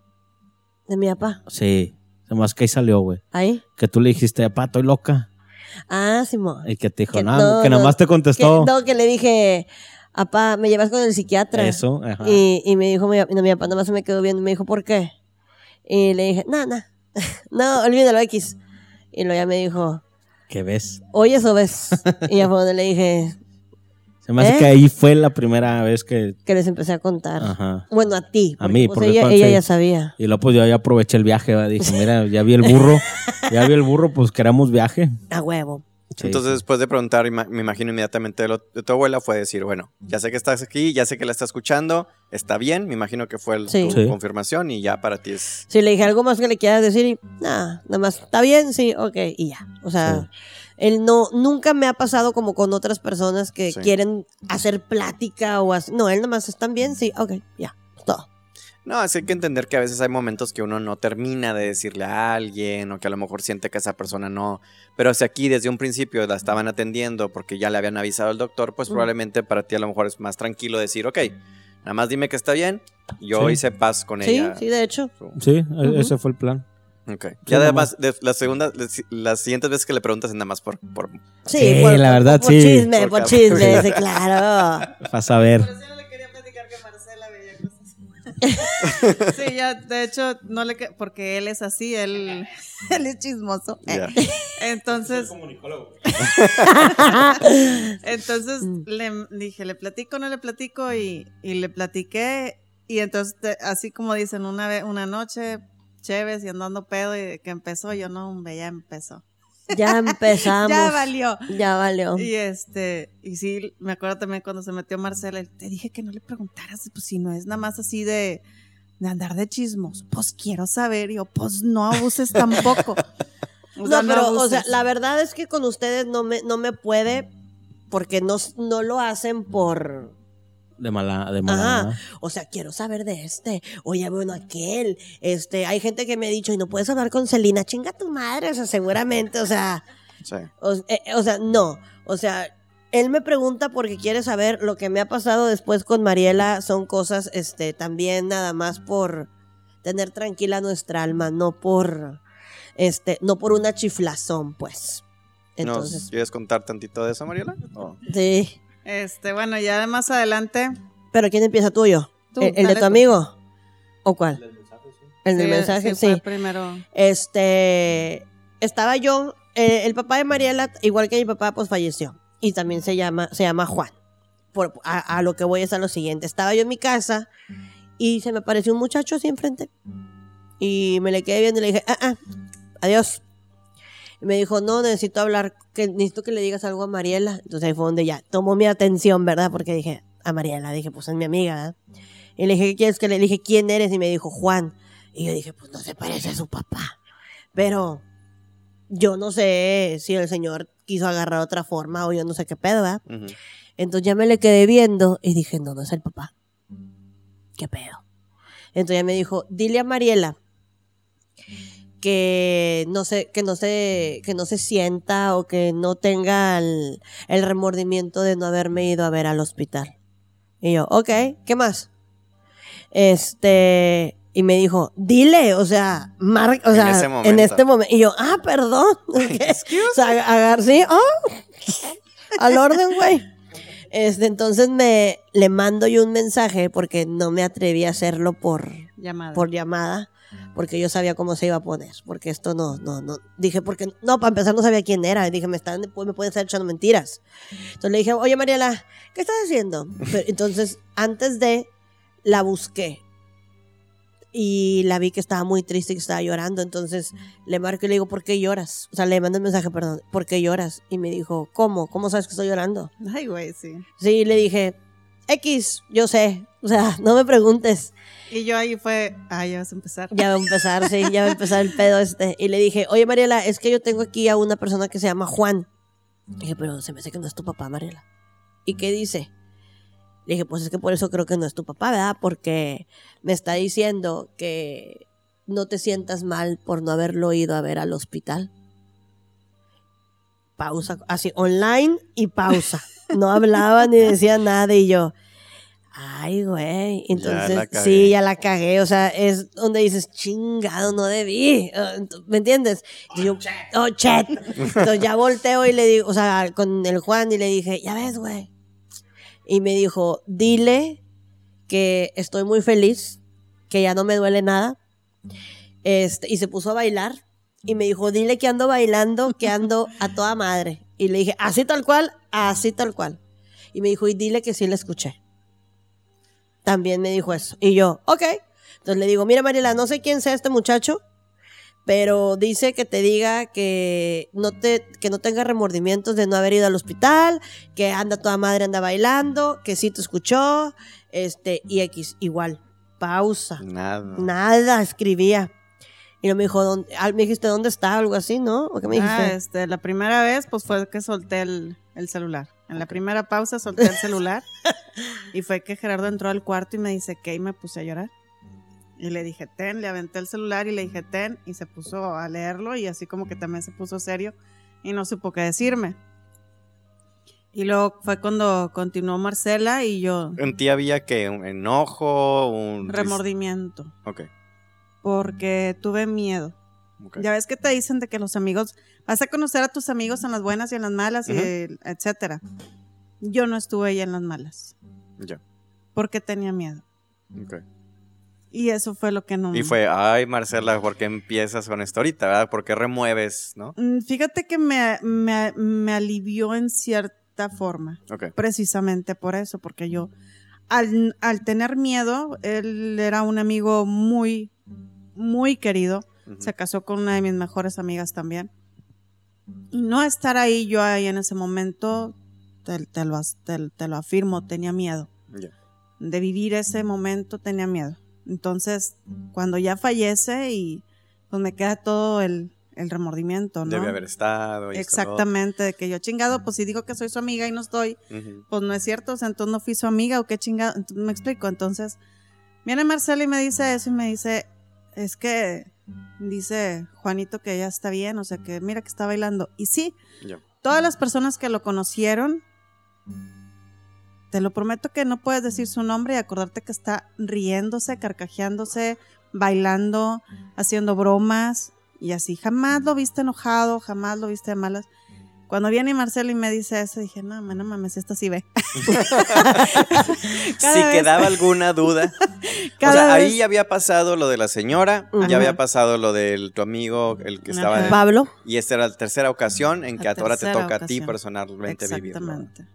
¿De mi papá? Sí, además que ahí salió, güey. ¿Ahí? Que tú le dijiste, papá, estoy loca. Ah, Simón. Y que te dijo, que nada más te contestó. Que le dije, papá, me llevas con el psiquiatra. Eso, ajá. Y me dijo, mi papá nada más se me quedó viendo y me dijo, ¿por qué? Y le dije, no, olvídalo, X. Y luego ya me dijo, ¿qué ves? ¿Oyes o ves? Y ya fue donde le dije, se me hace que ahí fue la primera vez que les empecé a contar. Ajá. Bueno, a ti. A mí, porque ella ya sabía. Y luego pues yo ya aproveché el viaje, ¿verdad? Dije, mira, ya vi el burro, pues queramos viaje. A huevo. Sí. Entonces, después de preguntar, me imagino inmediatamente de tu abuela, fue decir, bueno, ya sé que estás aquí, ya sé que la estás escuchando, está bien, me imagino que fue tu confirmación y ya para ti es... Sí, le dije algo más que le quieras decir y nada más, ¿está bien? Sí, ok, y ya. O sea... Sí. Él nunca me ha pasado como con otras personas que quieren hacer plática o así. No, él nomás están bien, sí, ok, ya, todo. No, es que hay que entender que a veces hay momentos que uno no termina de decirle a alguien o que a lo mejor siente que esa persona no. Pero si aquí desde un principio la estaban atendiendo porque ya le habían avisado al doctor, pues probablemente para ti a lo mejor es más tranquilo decir, ok, nada más dime que está bien, yo hice paz con ella. Sí, de hecho. Sí, ese fue el plan. Okay. Ya además, las siguientes veces que le preguntas es nada más por... Sí, la verdad, por chisme, por chisme, sí, claro. Para saber. Por eso no le quería platicar que Marcela veía cosas. Sí, ya, de hecho, porque él es así, él es chismoso. Yeah. Entonces... Soy comunicólogo. Entonces, le dije, ¿le platico o no le platico? Y le platiqué, y entonces, así como dicen, una noche... Chévez y andando pedo y que empezó, yo no, hombre, ya empezó. Ya empezamos. Ya valió. Y sí, me acuerdo también cuando se metió Marcela, te dije que no le preguntaras, pues si no es nada más así de andar de chismos, pues quiero saber, y yo, pues no abuses tampoco. O sea, la verdad es que con ustedes no me puede, porque no lo hacen por De mala. Ajá. O sea, quiero saber de oye, bueno, aquel, hay gente que me ha dicho, y no puedes hablar con Celina, chinga tu madre, o sea, seguramente, o sea, sí. O sea, no, o sea, él me pregunta porque quiere saber lo que me ha pasado después con Mariela, son cosas, también nada más por tener tranquila nuestra alma, no por una chiflazón, pues. Entonces, ¿nos quieres contar tantito de eso, Mariela? ¿O? Sí. Bueno, ya más adelante. ¿Pero quién empieza, tú o yo? Tú, ¿El de tu amigo? ¿O cuál? El del mensaje, sí. Primero. Estaba yo, el papá de Mariela, igual que mi papá, pues falleció. Y también se llama Juan. A lo que voy es a lo siguiente. Estaba yo en mi casa y se me apareció un muchacho así enfrente. Y me le quedé viendo y le dije, adiós. Y me dijo, no, necesito que le digas algo a Mariela. Entonces ahí fue donde ya tomó mi atención, ¿verdad? Porque dije, a Mariela, dije, pues es mi amiga, ¿verdad? Y le dije, ¿qué quieres que le dije? ¿Quién eres? Y me dijo, Juan. Y yo dije, pues no se parece a su papá. Pero yo no sé si el señor quiso agarrar otra forma o yo no sé qué pedo, ¿verdad? Uh-huh. Entonces ya me le quedé viendo y dije, no es el papá. ¿Qué pedo? Entonces ya me dijo, dile a Mariela que no se sienta o que no tenga el remordimiento de no haberme ido a ver al hospital. Y yo, ok, ¿qué más? Y me dijo, dile, o sea, en este momento. Y yo, perdón. Okay. O sea, sí, al orden, güey. Entonces le mando yo un mensaje porque no me atreví a hacerlo por llamada. Porque yo sabía cómo se iba a poner, porque esto no, dije, porque, no, para empezar no sabía quién era, dije, me pueden estar echando mentiras. Entonces le dije, oye Mariela, ¿qué estás haciendo? Entonces, antes la busqué, y la vi que estaba muy triste y que estaba llorando, entonces le marco y le digo, ¿por qué lloras? O sea, le mando un mensaje, perdón, ¿por qué lloras? Y me dijo, ¿cómo sabes que estoy llorando? Ay, güey, sí. Sí, le dije, yo sé, o sea, no me preguntes. Y yo ahí fue, ya vas a empezar. Ya va a empezar, sí, ya va a empezar el pedo Y le dije, oye Mariela, es que yo tengo aquí a una persona que se llama Juan. Le dije, pero se me hace que no es tu papá, Mariela. ¿Y qué dice? Le dije, pues es que por eso creo que no es tu papá, ¿verdad? Porque me está diciendo que no te sientas mal por no haberlo ido a ver al hospital. Pausa, así, online y pausa. No hablaba ni decía nada y yo... Ay, güey. Entonces, sí, ya la cagué. O sea, es donde dices, chingado, no debí. ¿Me entiendes? Y yo, chat. Entonces ya volteo y le digo, o sea, con el Juan y le dije, ya ves, güey. Y me dijo, dile que estoy muy feliz, que ya no me duele nada. Y se puso a bailar. Y me dijo, dile que ando bailando, que ando a toda madre. Y le dije, así tal cual. Y me dijo, y dile que sí la escuché. También me dijo eso. Y yo, ok. Entonces le digo, mira Mariela, no sé quién sea este muchacho, pero dice que te diga que no tenga remordimientos de no haber ido al hospital, que anda toda madre, anda bailando, que sí te escuchó, y X, igual. Pausa. Nada, escribía. Y no me dijo, me dijiste, ¿dónde está? Algo así, ¿no? ¿O qué me dijiste? La primera vez, pues fue que solté el celular. En la primera pausa solté el celular y fue que Gerardo entró al cuarto y me dice, ¿qué? Y me puse a llorar. Y le dije, ten, le aventé el celular y le dije, ten, y se puso a leerlo y así como que también se puso serio y no supo qué decirme. Y luego fue cuando continuó Marcela y yo... ¿En ti había qué? ¿Un enojo? ¿Un remordimiento? Ok. Porque tuve miedo. Okay. Ya ves que te dicen de que los amigos, vas a conocer a tus amigos en las buenas y en las malas, uh-huh. Y etcétera. Yo no estuve ahí en las malas. Ya. Porque tenía miedo. Okay. Y eso fue lo que no... Y fue, ay Marcela, ¿por qué empiezas con esto ahorita, verdad? ¿Por qué remueves, no? Fíjate que me alivió en cierta forma. Okay. Precisamente por eso, porque yo, al tener miedo, él era un amigo muy, muy querido. Uh-huh. Se casó con una de mis mejores amigas también. Y no estar ahí, yo ahí en ese momento, te lo afirmo, tenía miedo. Yeah. De vivir ese momento tenía miedo. Entonces, cuando ya fallece y pues me queda todo el el remordimiento, ¿no? Debe haber estado. Y exactamente, de que yo chingado, pues si digo que soy su amiga y no estoy, pues no es cierto, o sea, entonces no fui su amiga o qué chingado, entonces, me explico. Entonces viene Marcela y me dice eso y me dice, es que dice Juanito que ella está bien, o sea, que mira que está bailando. Y sí, todas las personas que lo conocieron, te lo prometo que no puedes decir su nombre y acordarte que está riéndose, carcajeándose, bailando, haciendo bromas y así. Jamás lo viste enojado, jamás lo viste de malas. Cuando viene Marcelo y me dice eso, dije, no mames, esta sí ve. Si quedaba alguna duda. O sea, ahí ya había pasado lo de la señora, ya había pasado lo de tu amigo, el que estaba... Pablo. Y esta era la tercera ocasión en que ahora te toca a ti personalmente vivirlo. Exactamente.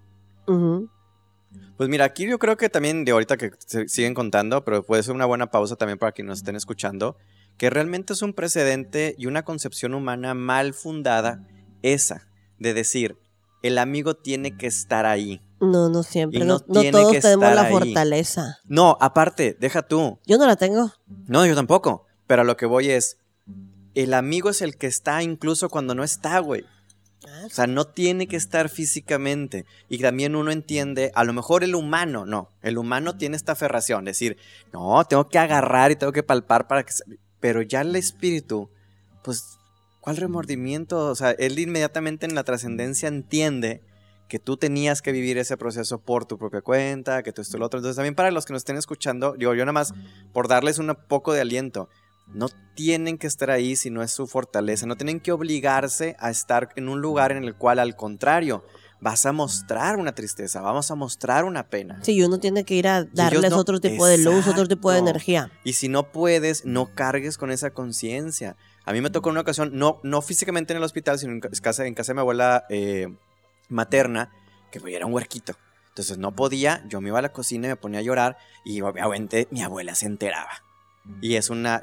Pues mira, aquí yo creo que también de ahorita que siguen contando, pero puede ser una buena pausa también para quienes nos estén escuchando, que realmente es un precedente y una concepción humana mal fundada esa, de decir, el amigo tiene que estar ahí. No siempre, no todos tenemos la fortaleza. No, aparte, deja tú. Yo no la tengo. No, yo tampoco, pero a lo que voy es, el amigo es el que está incluso cuando no está, güey. O sea, no tiene que estar físicamente. Y también uno entiende, a lo mejor el humano tiene esta aferración, decir, no, tengo que agarrar y tengo que palpar para que... Pero ya el espíritu, pues, ¿cuál remordimiento? O sea, él inmediatamente en la trascendencia entiende que tú tenías que vivir ese proceso por tu propia cuenta, que tú esto y lo otro. Entonces también para los que nos estén escuchando, yo nada más por darles un poco de aliento, no tienen que estar ahí si no es su fortaleza, no tienen que obligarse a estar en un lugar en el cual al contrario, vas a mostrar una tristeza, vamos a mostrar una pena. Sí, uno tiene que ir a darles otro tipo de luz, otro tipo de energía. Y si no puedes, no cargues con esa conciencia. A mí me tocó una ocasión, no físicamente en el hospital, sino en casa de mi abuela materna, que era un huerquito. Entonces no podía, yo me iba a la cocina y me ponía a llorar y obviamente mi abuela se enteraba. Y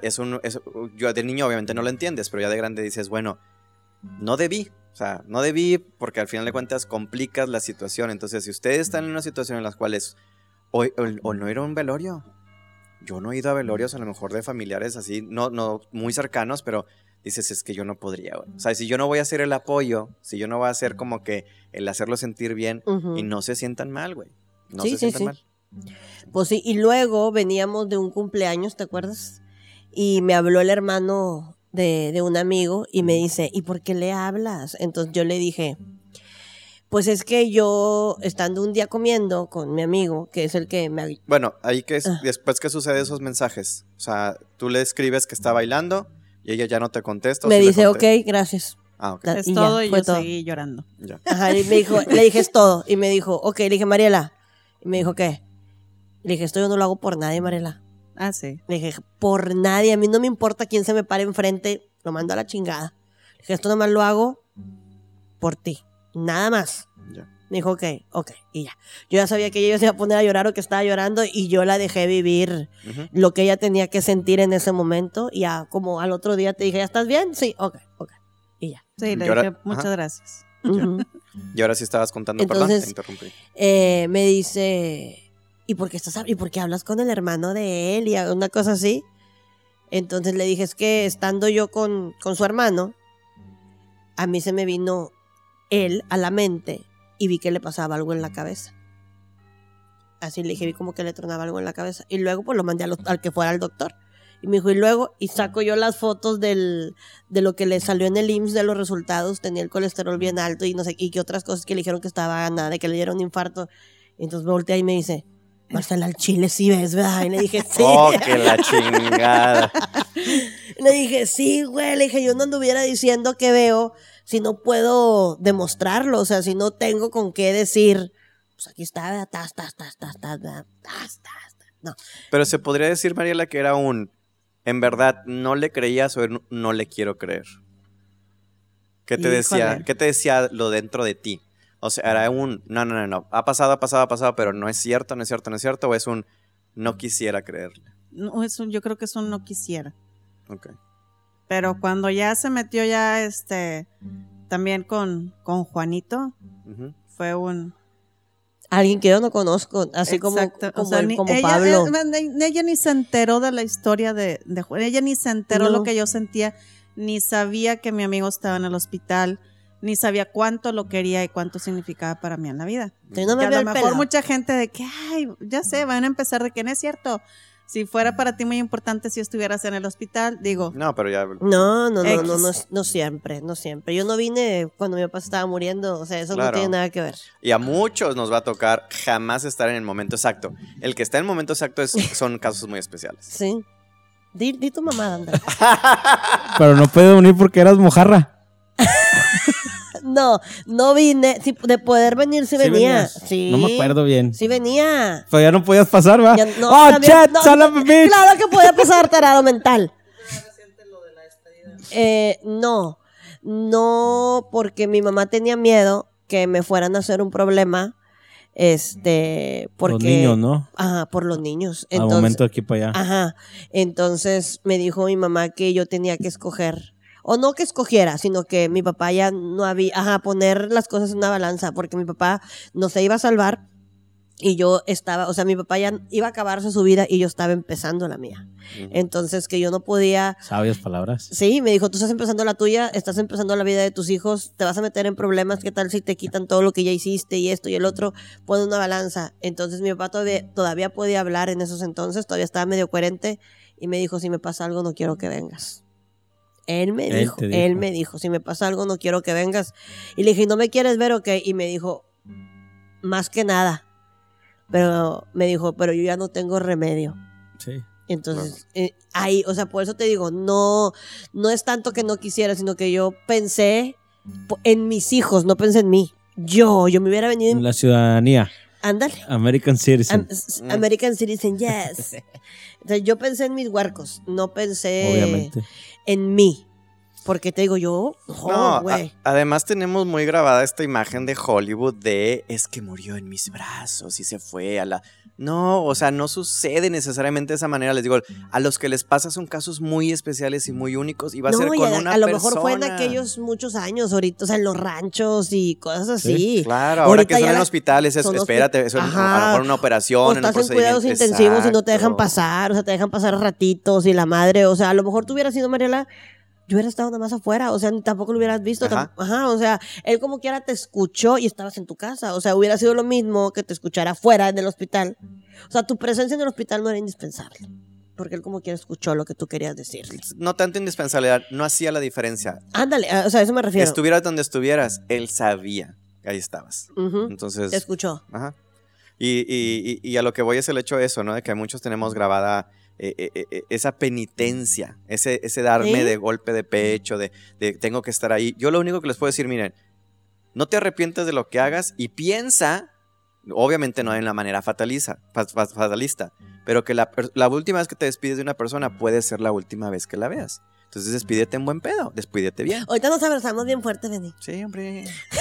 yo de niño obviamente no lo entiendes, pero ya de grande dices, bueno, no debí porque al final de cuentas complicas la situación. Entonces si ustedes están en una situación en las cuales o no ir a un velorio, yo no he ido a velorios a lo mejor de familiares así, no muy cercanos, pero dices, es que yo no podría, güey. O sea, si yo no voy a hacer el apoyo, si yo no voy a hacer como que el hacerlo sentir bien y no se sientan mal, güey. No se sientan mal. Pues sí, y luego veníamos de un cumpleaños, ¿te acuerdas? Y me habló el hermano de un amigo y me dice, ¿y por qué le hablas? Entonces yo le dije, pues es que yo, estando un día comiendo con mi amigo, que es el que me... Bueno, ahí que después que sucede esos mensajes, o sea, tú le escribes que está bailando y ella ya no te contesta. Me dice, ok, gracias. Ah, ok. Es todo y yo seguí llorando. Ya. Ajá, y me dijo, le dije, es todo. Y me dijo, ok, le dije, Mariela. Y me dijo, ¿qué? Le dije, esto yo no lo hago por nadie, Mariela. Ah, sí. Le dije, por nadie. A mí no me importa quién se me pare enfrente. Lo mando a la chingada. Le dije, esto nomás lo hago por ti. Nada más. Ya. Me dijo, ok. Y ya. Yo ya sabía que ella se iba a poner a llorar o que estaba llorando y yo la dejé vivir lo que ella tenía que sentir en ese momento. Y ya como al otro día te dije, ¿ya estás bien? Sí, ok. Y ya. Sí, le dije, muchas gracias. Y ahora sí estabas contando, entonces, perdón, te interrumpí. Me dice... ¿Y por qué hablas con el hermano de él? Y una cosa así. Entonces le dije, es que estando yo con su hermano, a mí se me vino él a la mente y vi que le pasaba algo en la cabeza. Así le dije, vi como que le tronaba algo en la cabeza. Y luego pues lo mandé al que fuera al doctor. Y me dijo, y saco yo las fotos de lo que le salió en el IMSS de los resultados. Tenía el colesterol bien alto y no sé, y que otras cosas que le dijeron que estaba nada, de que le dieron un infarto. Y entonces me volteé y me dice, Marcela, al chile sí ves, ¿verdad? Y le dije, sí. ¡Oh, que la chingada! Le dije, sí, güey. Le dije, yo no anduviera diciendo que veo si no puedo demostrarlo. O sea, si no tengo con qué decir, pues aquí está, no. Pero se podría decir, Mariela, que era en verdad, no le creías o no le quiero creer. ¿Qué te decía lo dentro de ti? O sea, era no, ha pasado, pero no es cierto, o es no quisiera creerle. No, yo creo que es un no quisiera. Ok. Pero cuando ya se metió también con Juanito, fue alguien que yo no conozco, así como Pablo. Ella ni se enteró de la historia de Juan, ella ni se enteró lo que yo sentía. ni sabía que mi amigo estaba en el hospital, ni sabía cuánto lo quería y cuánto significaba para mí en la vida. No me a lo mejor mucha gente de que, ay, ya sé, van a empezar de que no es cierto. Si fuera para ti muy importante si estuvieras en el hospital, digo. No, pero ya. No siempre. Yo no vine cuando mi papá estaba muriendo, o sea, eso no tiene nada que ver. Y a muchos nos va a tocar jamás estar en el momento exacto. El que está en el momento exacto son casos muy especiales. Sí. Di tu mamá, Andrés. Pero no puedo venir porque eras mojarra. No vine. Sí, de poder venir, sí venía. Sí. No me acuerdo bien. Sí venía. Pero ya no podías pasar, ¿va? Claro que podía pasar, tarado mental. No, porque mi mamá tenía miedo que me fueran a hacer un problema. Porque los niños, ¿no? Ajá, por los niños. Al momento de aquí para allá. Ajá. Entonces me dijo mi mamá que yo tenía que escoger. O no que escogiera, sino que mi papá ya no había... Ajá, poner las cosas en una balanza, porque mi papá no se iba a salvar y yo estaba... O sea, mi papá ya iba a acabarse su vida y yo estaba empezando la mía. Entonces, que yo no podía... Sabias palabras. Sí, me dijo, tú estás empezando la tuya, estás empezando la vida de tus hijos, te vas a meter en problemas, ¿qué tal si te quitan todo lo que ya hiciste y esto y el otro? Pon una balanza. Entonces, mi papá todavía podía hablar en esos entonces, todavía estaba medio coherente y me dijo, si me pasa algo, no quiero que vengas. Él me dijo, si me pasa algo no quiero que vengas. Y le dije, ¿no me quieres ver o qué? Y me dijo, más que nada. Pero me dijo, pero yo ya no tengo remedio. Sí. Entonces, ahí, o sea, por eso te digo, no es tanto que no quisiera, sino que yo pensé en mis hijos, no pensé en mí. Yo me hubiera venido en la ciudadanía. Ándale. American Citizen. American Citizen, yes. Entonces, yo pensé en mis huercos, no pensé obviamente en mí. Porque te digo yo, además tenemos muy grabada esta imagen de Hollywood de es que murió en mis brazos y se fue a la... No, o sea, no sucede necesariamente de esa manera. Les digo, a los que les pasa son casos muy especiales y muy únicos y va a ser con una persona. A lo mejor fue en aquellos muchos años, ahorita, o sea, en los ranchos y cosas así. Sí, claro, ahora que son en hospitales, espérate, eso a lo mejor una operación. O estás en cuidados intensivos y no te dejan pasar, o sea, te dejan pasar ratitos y la madre, o sea, a lo mejor tú hubieras sido Mariela... Yo hubiera estado nada más afuera, o sea, tampoco lo hubieras visto. O sea, él como quiera te escuchó y estabas en tu casa. O sea, hubiera sido lo mismo que te escuchara afuera del hospital. O sea, tu presencia en el hospital no era indispensable. Porque él como quiera escuchó lo que tú querías decir. No tanto indispensabilidad, no hacía la diferencia. Ándale, o sea, a eso me refiero. Estuvieras donde estuvieras, él sabía que ahí estabas. Entonces... Te escuchó. Ajá. Y a lo que voy es el hecho de eso, ¿no? De que muchos tenemos grabada... esa penitencia, ese darme de golpe de pecho, de tengo que estar ahí. Yo lo único que les puedo decir, miren, no te arrepientes de lo que hagas y piensa, obviamente no en la manera fatalista, pero que la última vez que te despides de una persona puede ser la última vez que la veas. Entonces despídete en buen pedo, despídete bien. Ahorita nos abrazamos bien fuerte, Benny. Sí, hombre.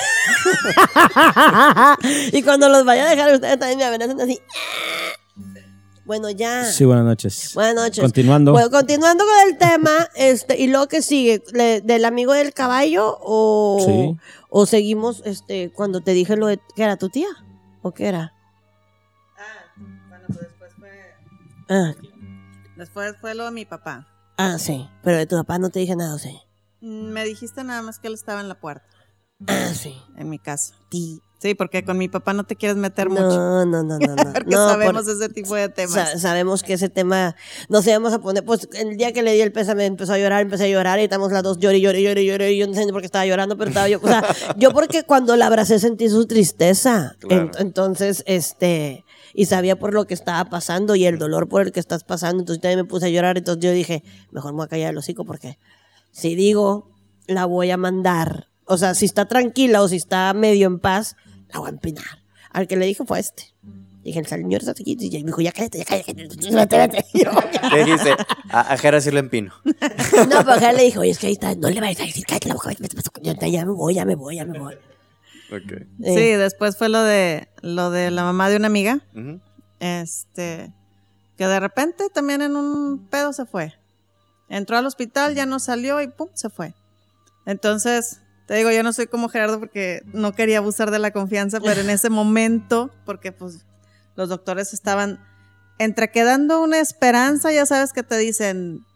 Y cuando los vaya a dejar, ustedes también me amenazan así. Bueno, ya. Sí, buenas noches. Buenas noches. Continuando. Bueno, continuando con el tema, y luego que sigue, ¿del amigo del caballo o seguimos cuando te dije lo de que era tu tía? ¿O qué era? Bueno, pues después fue... Después fue lo de mi papá. Sí, pero de tu papá no te dije nada, ¿sí? Me dijiste nada más que él estaba en la puerta. Sí. En mi casa. Sí, porque con mi papá no te quieres meter mucho. No. Porque sabemos ese tipo de temas. Sabemos que ese tema nos íbamos a poner. Pues el día que le di el pésame empecé a llorar y estamos las dos lloré. Y yo no sé por qué estaba llorando, pero estaba yo. O sea, yo porque cuando la abracé sentí su tristeza. Claro. Entonces, y sabía por lo que estaba pasando y el dolor por el que estás pasando. Entonces también me puse a llorar. Entonces yo dije, mejor me voy a callar el hocico porque si digo, la voy a mandar. O sea, si está tranquila o si está medio en paz, la voy a empinar. Al que le dije fue Dije, el señor está aquí. Y me dijo, ya cállate. Vete. ¿Qué dijiste? A Jera sí lo empino. No, pero Jera le dijo, oye, es que ahí está, no le vayas a decir, cállate la boca. Ya me voy. Okay. Sí, después fue lo de la mamá de una amiga. Uh-huh. Que de repente también en un pedo se fue. Entró al hospital, ya no salió y pum, se fue. Entonces... Te digo, yo no soy como Gerardo porque no quería abusar de la confianza, pero en ese momento, porque pues los doctores estaban entre quedando una esperanza, ya sabes que te dicen,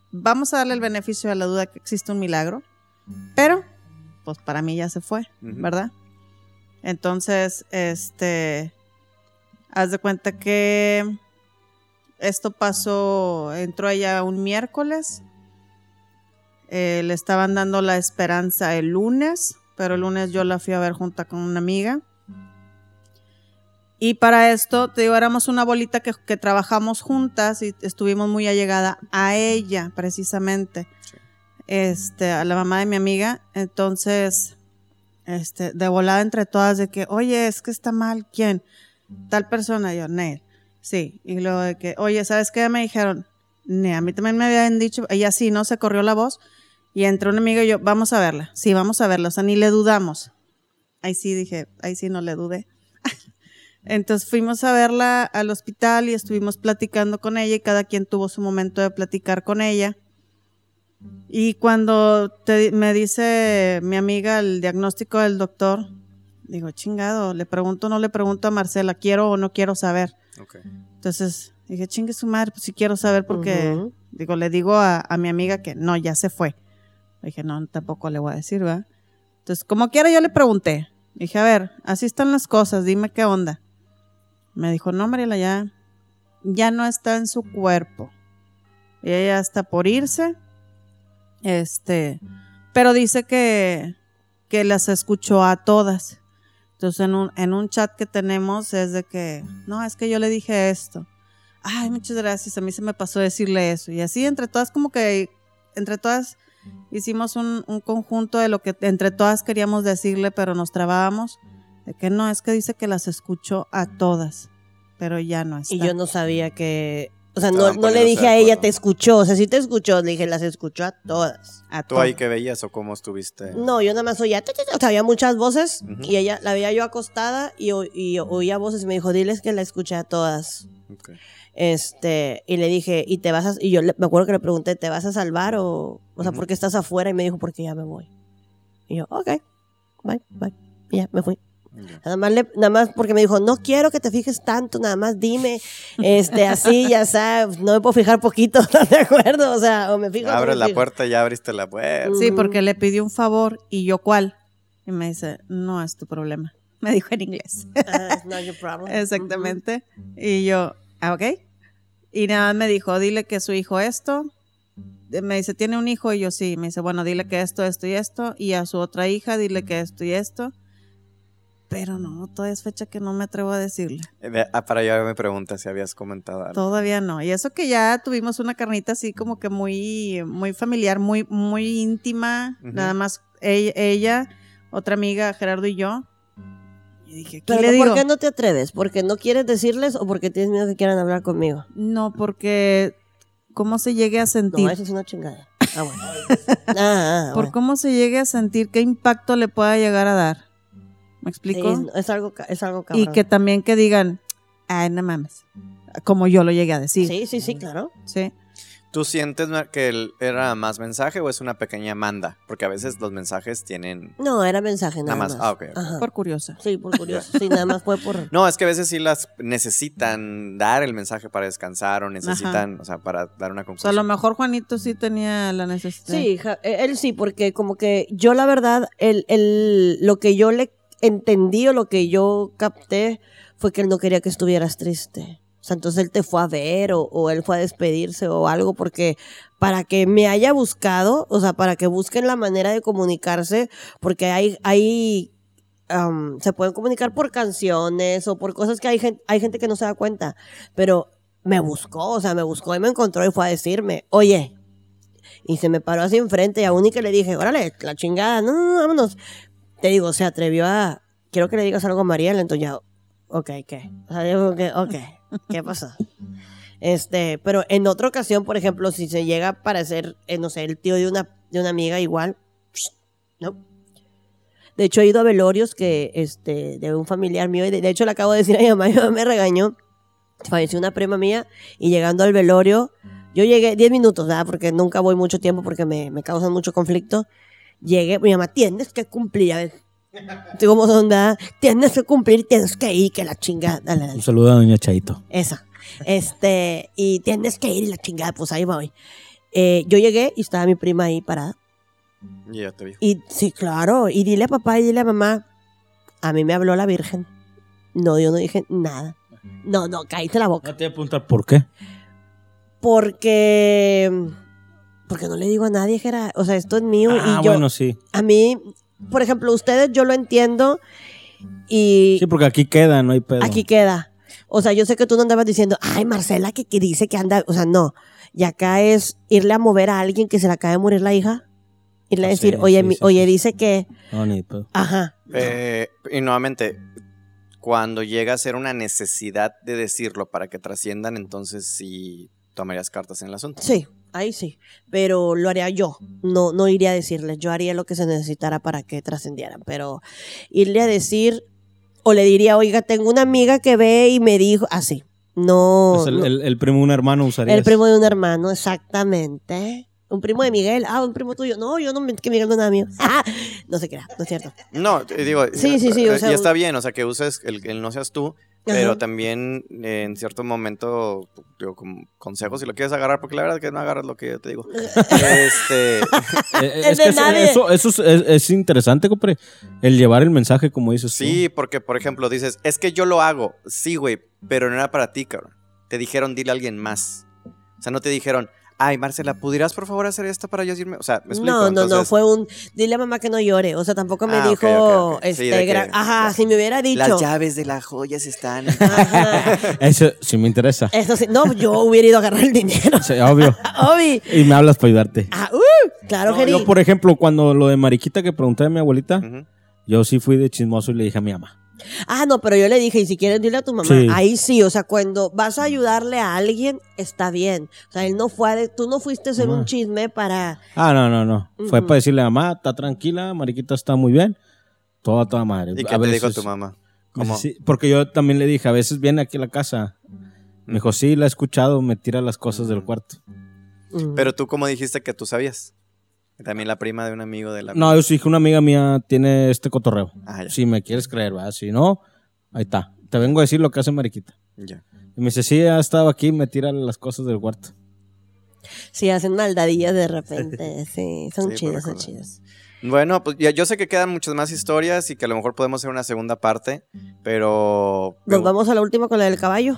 vamos a darle el beneficio de la duda que existe un milagro, pero pues para mí ya se fue, ¿verdad? Entonces, haz de cuenta que esto pasó, entró ella un miércoles, le estaban dando la esperanza el lunes, pero el lunes yo la fui a ver junto con una amiga. Y para esto, te digo, éramos una bolita que trabajamos juntas y estuvimos muy allegada a ella, precisamente, a la mamá de mi amiga. Entonces, de volada entre todas de que, oye, es que está mal, ¿quién? Tal persona, yo, Neil. Sí, y luego de que, oye, ¿sabes qué? Me dijeron, a mí también me habían dicho, ella sí, ¿no? Se corrió la voz y entró una amiga y yo, vamos a verla, sí, vamos a verla, o sea, ni le dudamos. Ahí sí dije, ahí sí no le dudé. Entonces fuimos a verla al hospital y estuvimos platicando con ella y cada quien tuvo su momento de platicar con ella. Y cuando me dice mi amiga el diagnóstico del doctor, digo, chingado, ¿le pregunto o no le pregunto a Marcela? ¿Quiero o no quiero saber? Okay. Entonces dije, chingue su madre, pues sí quiero saber porque, digo, le digo a mi amiga que no, ya se fue. Dije, no, tampoco le voy a decir, ¿verdad? Entonces, como quiera yo le pregunté. Dije, a ver, así están las cosas, dime qué onda. Me dijo, no, Mariela, ya no está en su cuerpo. Ella ya está por irse. Pero dice que las escuchó a todas. Entonces en un chat que tenemos es de que, no, es que yo le dije esto. Ay, muchas gracias, a mí se me pasó decirle eso. Y así entre todas hicimos un conjunto de lo que entre todas queríamos decirle, pero nos trabábamos. De que no, es que dice que las escuchó a todas, pero ya no está. Y yo no sabía que... O sea, no le dije a ella, te escuchó. O sea, sí te escuchó, le dije, las escuchó a todas. ¿Tú ahí qué veías o cómo estuviste? No, yo nada más oía, o sea, había muchas voces y ella la veía yo acostada y oía voces y me dijo, diles que la escuché a todas. Okay. Y le dije, y yo me acuerdo que le pregunté, ¿te vas a salvar o sea, por qué estás afuera? Y me dijo, porque ya me voy. Y yo, ok, bye. Y ya, me fui. Nada más porque me dijo, no quiero que te fijes tanto, nada más dime, así, ya sabes, no me puedo fijar poquito, ¿estás de acuerdo? O sea, o me fijo. Abre la puerta y ya abriste la puerta. Sí, porque le pidió un favor y yo, ¿cuál? Y me dice, no es tu problema. Me dijo en inglés. It's not your problem. Exactamente. Y yo, ok. Y nada más me dijo, dile que su hijo esto. Me dice, ¿tiene un hijo? Y yo, sí. Me dice, bueno, dile que esto y esto. Y a su otra hija, dile que esto y esto. Pero no, todavía es fecha que no me atrevo a decirle. Para allá me pregunta si habías comentado algo. Todavía no. Y eso que ya tuvimos una carnita así como que muy, muy familiar, muy, muy íntima. Nada más ella, otra amiga, Gerardo y yo. Y dije, ¿qué le digo? ¿Por qué no te atreves? ¿Porque no quieres decirles o porque tienes miedo que quieran hablar conmigo? No, porque cómo se llegue a sentir. No, eso es una chingada. Bueno. Por cómo se llegue a sentir, qué impacto le pueda llegar a dar. ¿Me explico? Sí, es algo cabrón. Y que también que digan, ay, no mames, como yo lo llegué a decir. Sí, claro. Sí. ¿Tú sientes que era más mensaje o es una pequeña manda? Porque a veces los mensajes tienen... No, era mensaje nada más. Ah, ok. Por curiosa. Sí, por curiosa. Sí, nada más fue por... No, es que a veces sí las necesitan dar el mensaje para descansar o necesitan, o sea, para dar una conclusión. O sea, a lo mejor Juanito sí tenía la necesidad. Sí, él sí, porque como que yo la verdad, lo que yo le entendí o lo que yo capté fue que él no quería que estuvieras triste. O sea, entonces él te fue a ver o él fue a despedirse o algo porque para que me haya buscado, o sea, para que busquen la manera de comunicarse, porque se pueden comunicar por canciones o por cosas que hay gente que no se da cuenta, pero me buscó y me encontró y fue a decirme, oye, y se me paró así enfrente y a Uni que le dije, órale, la chingada, no, vámonos. Te digo, se atrevió quiero que le digas algo a Mariela, entonces ya, ok, ¿qué? O sea, digo que, ok, ¿qué pasa? Pero en otra ocasión, por ejemplo, si se llega a parecer, no sé, el tío de una amiga igual, no. De hecho, he ido a velorios de un familiar mío, y de hecho le acabo de decir a mi mamá me regañó, falleció una prima mía, y llegando al velorio, yo llegué 10 minutos, ¿verdad? Porque nunca voy mucho tiempo porque me causan mucho conflicto. Llegué, mi mamá, tienes que cumplir, a ver, estoy como sonda, tienes que cumplir, tienes que ir, que la chingada. Dale. Un saludo a doña Chaito. Esa. Y tienes que ir, la chingada, pues ahí voy. Yo llegué y estaba mi prima ahí parada. Y ya te vi. Y sí, claro. Y dile a papá y dile a mamá, a mí me habló la Virgen. No, yo no dije nada. No, cállate la boca. No te voy a preguntar por qué. Porque no le digo a nadie, Gerard. O sea, esto es mío y yo... bueno, sí. A mí, por ejemplo, ustedes yo lo entiendo y... Sí, porque aquí queda, no hay pedo. Aquí queda. O sea, yo sé que tú no andabas diciendo, ay, Marcela, que dice que anda... O sea, no. Y acá es irle a mover a alguien que se le acaba de morir la hija. Irle a decir, oye, dice que... No, ni pedo. Ajá. Y nuevamente, cuando llega a ser una necesidad de decirlo para que trasciendan, entonces sí tomarías cartas en el asunto. Sí, ahí sí. Pero lo haría yo. No iría a decirles. Yo haría lo que se necesitara para que trascendieran. Pero irle a decir, o le diría, oiga, tengo una amiga que ve y me dijo, así. No. Pues el primo de un hermano usaría. El primo de un hermano, exactamente. Un primo de Miguel. Un primo tuyo. No, yo no, que Miguel no es nada mío. No se crea, no es cierto. No, digo. Sí. O sea, y está bien, o sea, que uses el no seas tú, pero también en cierto momento, digo, como consejos si lo quieres agarrar, porque la verdad es que no agarras lo que yo te digo. Es que eso es interesante, compadre. El llevar el mensaje, como dices tú. Sí, porque, por ejemplo, dices, es que yo lo hago. Sí, güey, pero no era para ti, cabrón. Te dijeron, dile a alguien más. O sea, no te dijeron, ay, Marcela, ¿pudieras por favor hacer esto para yo irme? O sea, ¿me explico? No, Entonces, fue dile a mamá que no llore. O sea, tampoco me dijo, okay. Sí, si me hubiera dicho. Las llaves de las joyas están. Eso sí me interesa. Eso sí, no, yo hubiera ido a agarrar el dinero. Sí, obvio. Obvio. Y me hablas para ayudarte. Claro, no, yo, por ejemplo, cuando lo de Mariquita que pregunté a mi abuelita, yo sí fui de chismoso y le dije a mi mamá. No, pero yo le dije, y si quieres dile a tu mamá, sí. Ahí sí, o sea, cuando vas a ayudarle a alguien, está bien. O sea, tú no fuiste a hacer un chisme para... No. Fue para decirle a mamá, está tranquila, Mariquita está muy bien, toda madre. ¿Y qué te dijo tu mamá? ¿Cómo? Sí, porque yo también le dije, a veces viene aquí a la casa. Me dijo, sí, la he escuchado, me tira las cosas del cuarto. Pero tú, ¿cómo dijiste que tú sabías? También la prima de un amigo de la... No, yo sí dije, una amiga mía tiene este cotorreo. Ya. Si me quieres creer, ¿verdad? Si no, ahí está. Te vengo a decir lo que hace Mariquita. Ya. Y me dice, sí, ha estado aquí, me tira las cosas del cuarto. Sí, hacen maldadillas de repente. Sí, son chidas. Bueno, pues yo sé que quedan muchas más historias y que a lo mejor podemos hacer una segunda parte, pero... Nos vamos a la última con la del caballo.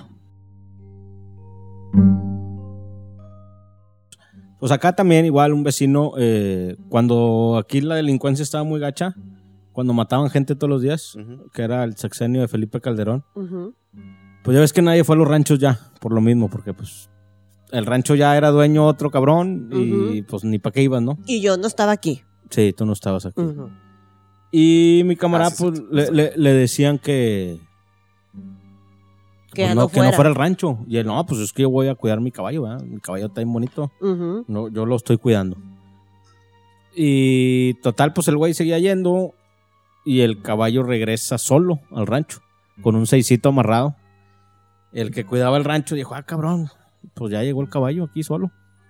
Pues acá también igual un vecino, cuando aquí la delincuencia estaba muy gacha, cuando mataban gente todos los días, que era el sexenio de Felipe Calderón, pues ya ves que nadie fue a los ranchos ya, por lo mismo, porque pues el rancho ya era dueño otro cabrón y pues ni para qué iban, ¿no? Y yo no estaba aquí. Sí, tú no estabas aquí. Y mi camarada pues le decían que no fuera al rancho. Y él, no, pues es que yo voy a cuidar mi caballo, ¿verdad? Mi caballo está bien bonito. No, yo lo estoy cuidando. Y total, pues el güey seguía yendo y el caballo regresa solo al rancho, con un seisito amarrado. El que cuidaba el rancho dijo, cabrón, pues ya llegó el caballo aquí solo.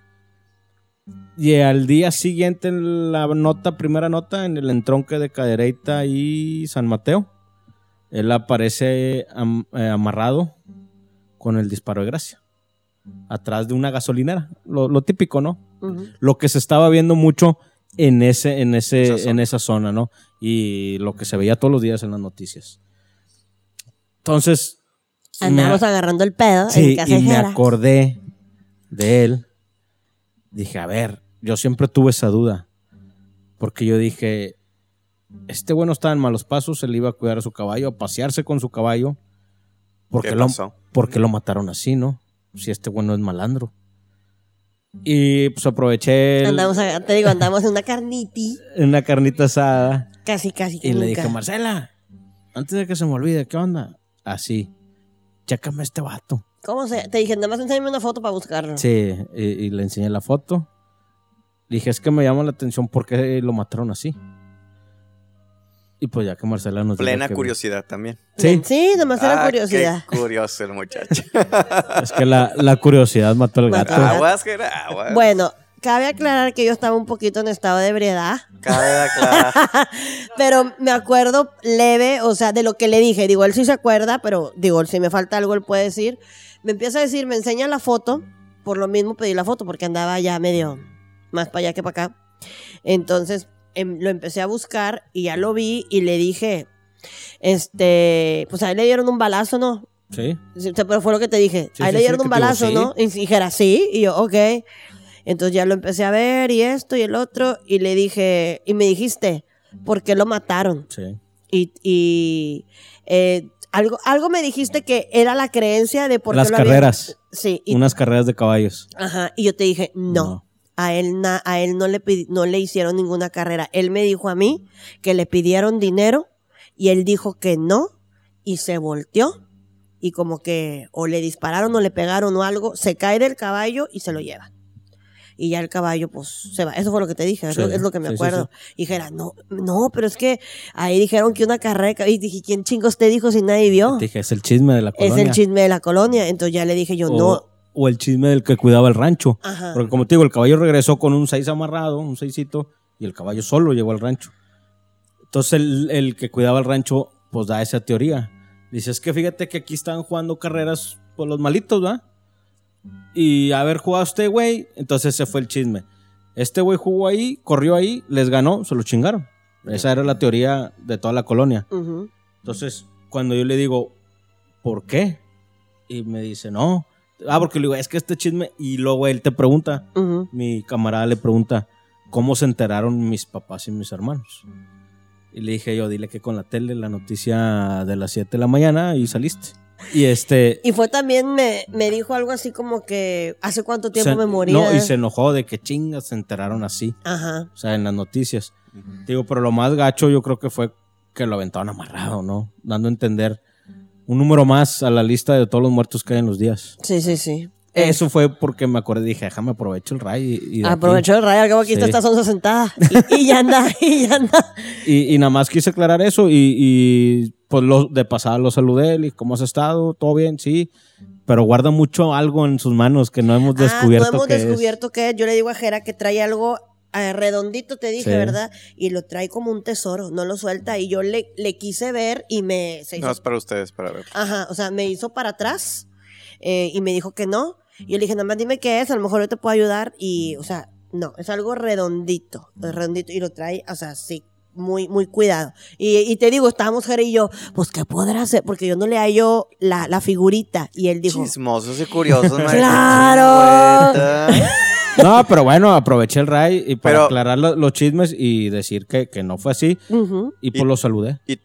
Y al día siguiente, en la primera nota, en el entronque de Cadereyta y San Mateo, él aparece amarrado con el disparo de gracia atrás de una gasolinera, lo típico, ¿no? Lo que se estaba viendo mucho en esa zona, ¿no? Y lo que se veía todos los días en las noticias. Entonces andamos agarrando el pedo. Sí, y me acordé de él. Dije, a ver, yo siempre tuve esa duda, porque yo dije, este bueno estaba en malos pasos, él iba a cuidar a su caballo, a pasearse con su caballo. ¿Qué pasó? Porque lo mataron así, ¿no? Si este bueno es malandro. Y pues aproveché... Andamos en una carniti. En una carnita asada. Casi. Y le dije, Marcela, antes de que se me olvide, ¿qué onda? Así, chécame a este vato. ¿Cómo se? Te dije, nada más enséñame una foto para buscarlo. Sí, y le enseñé la foto. Le dije, es que me llama la atención por qué lo mataron así. Y pues ya que Marcela nos plena curiosidad también. Sí, nomás era curiosidad. Qué curioso el muchacho. Es que la curiosidad mató al gato. Aguas. Bueno, cabe aclarar que yo estaba un poquito en estado de ebriedad. Cabe aclarar. Pero me acuerdo leve, o sea, de lo que le dije. Digo, él sí se acuerda, pero digo, si me falta algo, él puede decir. Me empieza a decir, me enseña la foto por lo mismo pedí la foto, porque andaba ya medio más para allá que para acá. Entonces lo empecé a buscar y ya lo vi y le dije, pues ahí le dieron un balazo, ¿no? Sí. Pero fue lo que te dije. Sí, ahí sí, le dieron sí, un que te balazo, digo, ¿no? Y dijera, sí. Y yo, ok. Entonces ya lo empecé a ver y esto y el otro. Y le dije, y me dijiste, ¿por qué lo mataron? Sí. Y algo me dijiste que era la creencia de por qué Las lo carreras. Sí. Unas carreras de caballos. Ajá. Y yo te dije, no. A él no le hicieron ninguna carrera. Él me dijo a mí que le pidieron dinero y él dijo que no y se volteó y como que o le dispararon o le pegaron o algo, se cae del caballo y se lo lleva. Y ya el caballo pues se va. Eso fue lo que te dije, Sí, es lo que me acuerdo. sí. Y dijera, no, pero es que ahí dijeron que una carrera, y dije, ¿quién chingos te dijo si nadie vio? Te dije, es el chisme de la colonia. Es el chisme de la colonia. Entonces ya le dije yo, no. O el chisme del que cuidaba el rancho. Ajá. Porque como te digo, el caballo regresó con un 6 amarrado, un 6cito, y el caballo solo llegó al rancho. Entonces el que cuidaba el rancho, pues da esa teoría. Dice, es que fíjate que aquí están jugando carreras por los malitos, ¿va? Y haber jugado este güey, entonces ese fue el chisme. Este güey jugó ahí, corrió ahí, les ganó, se lo chingaron. Esa era la teoría de toda la colonia. Uh-huh. Entonces, cuando yo le digo, ¿por qué? Y me dice, no. Porque le digo, es que este chisme. Y luego él te pregunta, Uh-huh. mi camarada le pregunta, ¿cómo se enteraron mis papás y mis hermanos? Y le dije yo, dile que con la tele, la noticia de las 7 de la mañana y saliste. Y fue también, me dijo algo así como que, ¿hace cuánto tiempo me moría? No, y se enojó de que chingas se enteraron así. Ajá. O sea, en las noticias. Digo, pero lo más gacho yo creo que fue que lo aventaron amarrado, ¿no? Dando a entender un número más a la lista de todos los muertos que hay en los días. Sí. Eso fue porque me acordé, dije, déjame aprovecho el ray. Aprovecho el ray, al cabo aquí está esta sonza sentada. Y ya anda. Y nada más quise aclarar eso y pues de pasada lo saludé, le dije, ¿cómo has estado? ¿Todo bien? Sí. Pero guarda mucho algo en sus manos que no hemos descubierto. No hemos descubierto qué es. Yo le digo a Jera que trae algo redondito, te dije, Sí. ¿verdad? Y lo trae como un tesoro, no lo suelta. Y yo le quise ver y se hizo. No, es para ustedes, para ver. Ajá, o sea, me hizo para atrás y me dijo que no. Y yo le dije, nada más dime qué es, a lo mejor yo te puedo ayudar. Y, o sea, no, es algo redondito. Y lo trae, o sea, sí, muy, muy cuidado. Y te digo, estábamos Jera y yo, pues, ¿qué podrá hacer? Porque yo no le hallo la figurita. Y él dijo, Chismosos y curiosos. ¡claro! No, pero bueno, aproveché el ray y para Pero- aclarar los chismes y decir que no fue así. Ujú. Y pues lo saludé. Y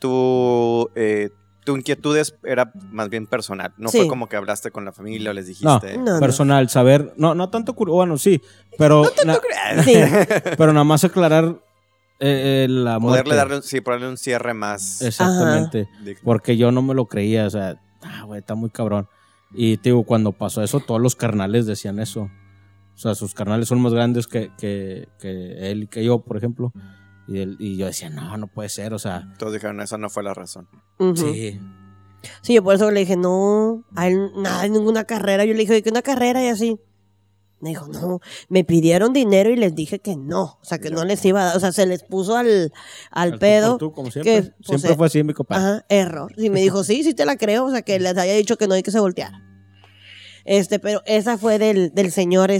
tu inquietud era más bien personal. No Sí. fue como que hablaste con la familia o les No, dijiste. No. personal, saber, no tanto, bueno, sí, pero, Sí. pero nada más aclarar la muerte. Ponerle un cierre más. Exactamente, digno. porque yo no me lo creía, o sea, güey, está muy cabrón. Y te digo, cuando pasó eso, todos los carnales decían eso. O sea, sus carnales son más grandes que él y que yo, por ejemplo. Y yo decía, no puede ser, o sea, Todos dijeron, esa no fue la razón. Ujú. sí. Sí, yo por eso le dije, no, a él nada, ninguna carrera. Yo le dije, ¿qué una carrera? Y así. Me dijo, no, me pidieron dinero y les dije que no. O sea, que no les iba a dar. O sea, se les puso al Al pedo. tú por tú, como siempre. que, pues, Siempre fue así, mi compadre. Ajá, error. Y me dijo, sí te la creo. O sea, que les haya dicho que no hay que se volteara. Pero esa fue del señor,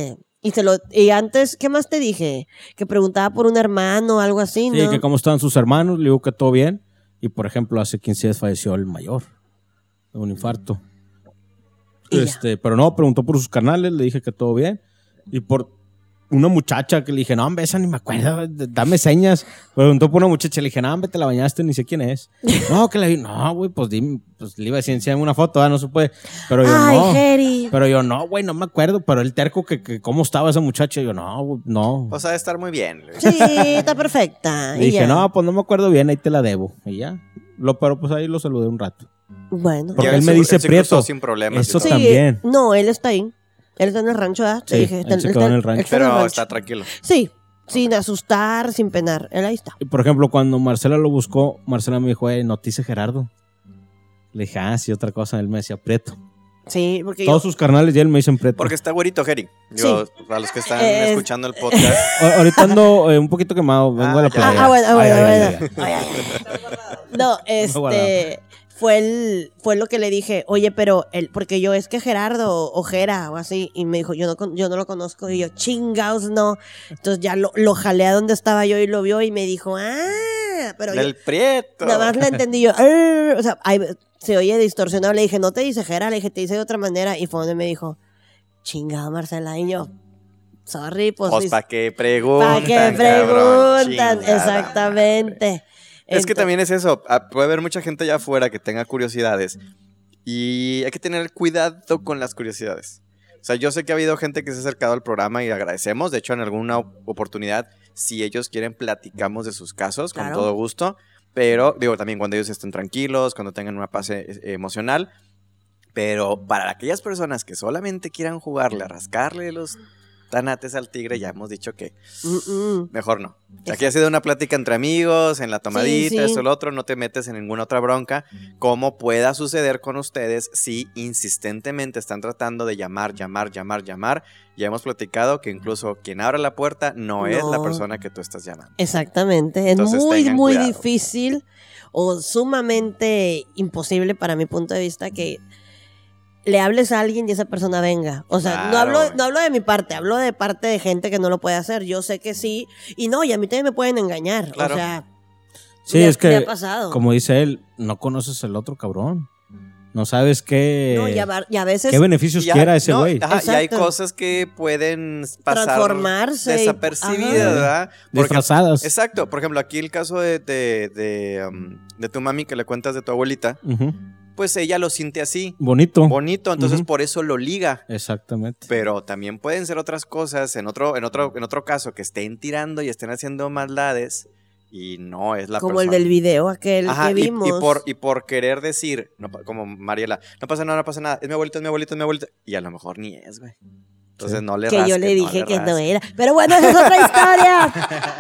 y antes, ¿qué más te dije? Que preguntaba por un hermano o algo así, Sí, ¿no? que cómo estaban sus hermanos, le digo que todo bien. Y por ejemplo, hace 15 días falleció el mayor de un infarto. Y ya. Pero no, preguntó por sus canales, le dije que todo bien. Y por una muchacha que le dije, no, hombre, esa ni me acuerdo, dame señas. Preguntó por una muchacha, le dije, no, hombre, te la bañaste, ni sé quién es. No, que la vi, no, güey, pues dime, pues le iba a decir, enséñame una foto, no se puede. Pero yo Ay, no. Jerry. Pero yo no, güey, no me acuerdo. Pero el terco que cómo estaba esa muchacha, yo no, güey, no. O sea, de estar muy bien. Sí, está perfecta. Le Y dije, ya. no, pues no me acuerdo bien, ahí te la debo. Y ya. Pero pues ahí lo saludé un rato. Bueno. Porque Ya él me se- dice él se cruzó prieto. sin problemas. Eso y todo. también. No, él está ahí. Él está en el rancho, ¿verdad? Te Sí, dije, él se quedó en el rancho. está en el Pero rancho. está tranquilo. Sí, sin asustar, sin penar. Él ahí está. Y por ejemplo, cuando Marcela lo buscó, Marcela me dijo, no te hice Gerardo. Le dije, sí, otra cosa. Él me decía Prieto. Sí, porque Todos sus carnales y él me dicen Prieto. Porque está güerito, Jerry. Yo, para los que están escuchando el podcast. Ahorita ando un poquito quemado. Vengo de la playa. bueno. Ay, ay, ay, ay. No, Guardado. fue lo que le dije, oye, pero porque yo es que Gerardo o Gera o así, y me dijo, yo no lo conozco, y yo, chingaos, no. Entonces ya lo jalé a donde estaba yo y lo vio y me dijo, pero el Prieto. Nada más le entendí yo, o sea, se oye distorsionado, le dije, no te dice Gera, le dije, te dice de otra manera, y fue donde me dijo, chingado, Marcela, y yo, sorry, pues ¿para qué preguntan? ¿Para qué preguntan? Exactamente. Es que también es eso, puede haber mucha gente allá afuera que tenga curiosidades y hay que tener cuidado con las curiosidades. O sea, yo sé que ha habido gente que se ha acercado al programa y agradecemos, de hecho en alguna oportunidad, si ellos quieren platicamos de sus casos, con todo gusto, pero digo también cuando ellos estén tranquilos, cuando tengan una paz emocional, pero para aquellas personas que solamente quieran jugarle, a rascarle los tanates al tigre, ya hemos dicho que mejor no. Aquí ha sido una plática entre amigos, en la tomadita, esto, lo otro, no te metes en ninguna otra bronca, como pueda suceder con ustedes si insistentemente están tratando de llamar. Ya hemos platicado que incluso quien abra la puerta no es la persona que tú estás llamando. Exactamente. Entonces, es muy difícil o sumamente imposible para mi punto de vista que le hables a alguien y esa persona venga. O sea, claro, no hablo de mi parte, hablo de parte de gente que no lo puede hacer. Yo sé que sí, y a mí también me pueden engañar. Claro. O sea, sí, es que, como dice él, no conoces el otro cabrón. No sabes qué, y a veces, qué beneficios quiera ese güey. Y hay cosas que pueden pasar transformarse desapercibidas, ¿verdad? Disfrazadas. Exacto. Por ejemplo, aquí el caso de tu mami que le cuentas de tu abuelita. Pues ella lo siente así. Bonito, entonces por eso lo liga. Exactamente. Pero también pueden ser otras cosas, en otro caso, que estén tirando y estén haciendo maldades y no es la como persona. el del video aquel que vimos. Y por querer decir, como Mariela, no pasa nada, es mi abuelito, y a lo mejor ni es, güey. Entonces no le rasques. Que yo le dije que no era. Pero bueno, esa es otra historia.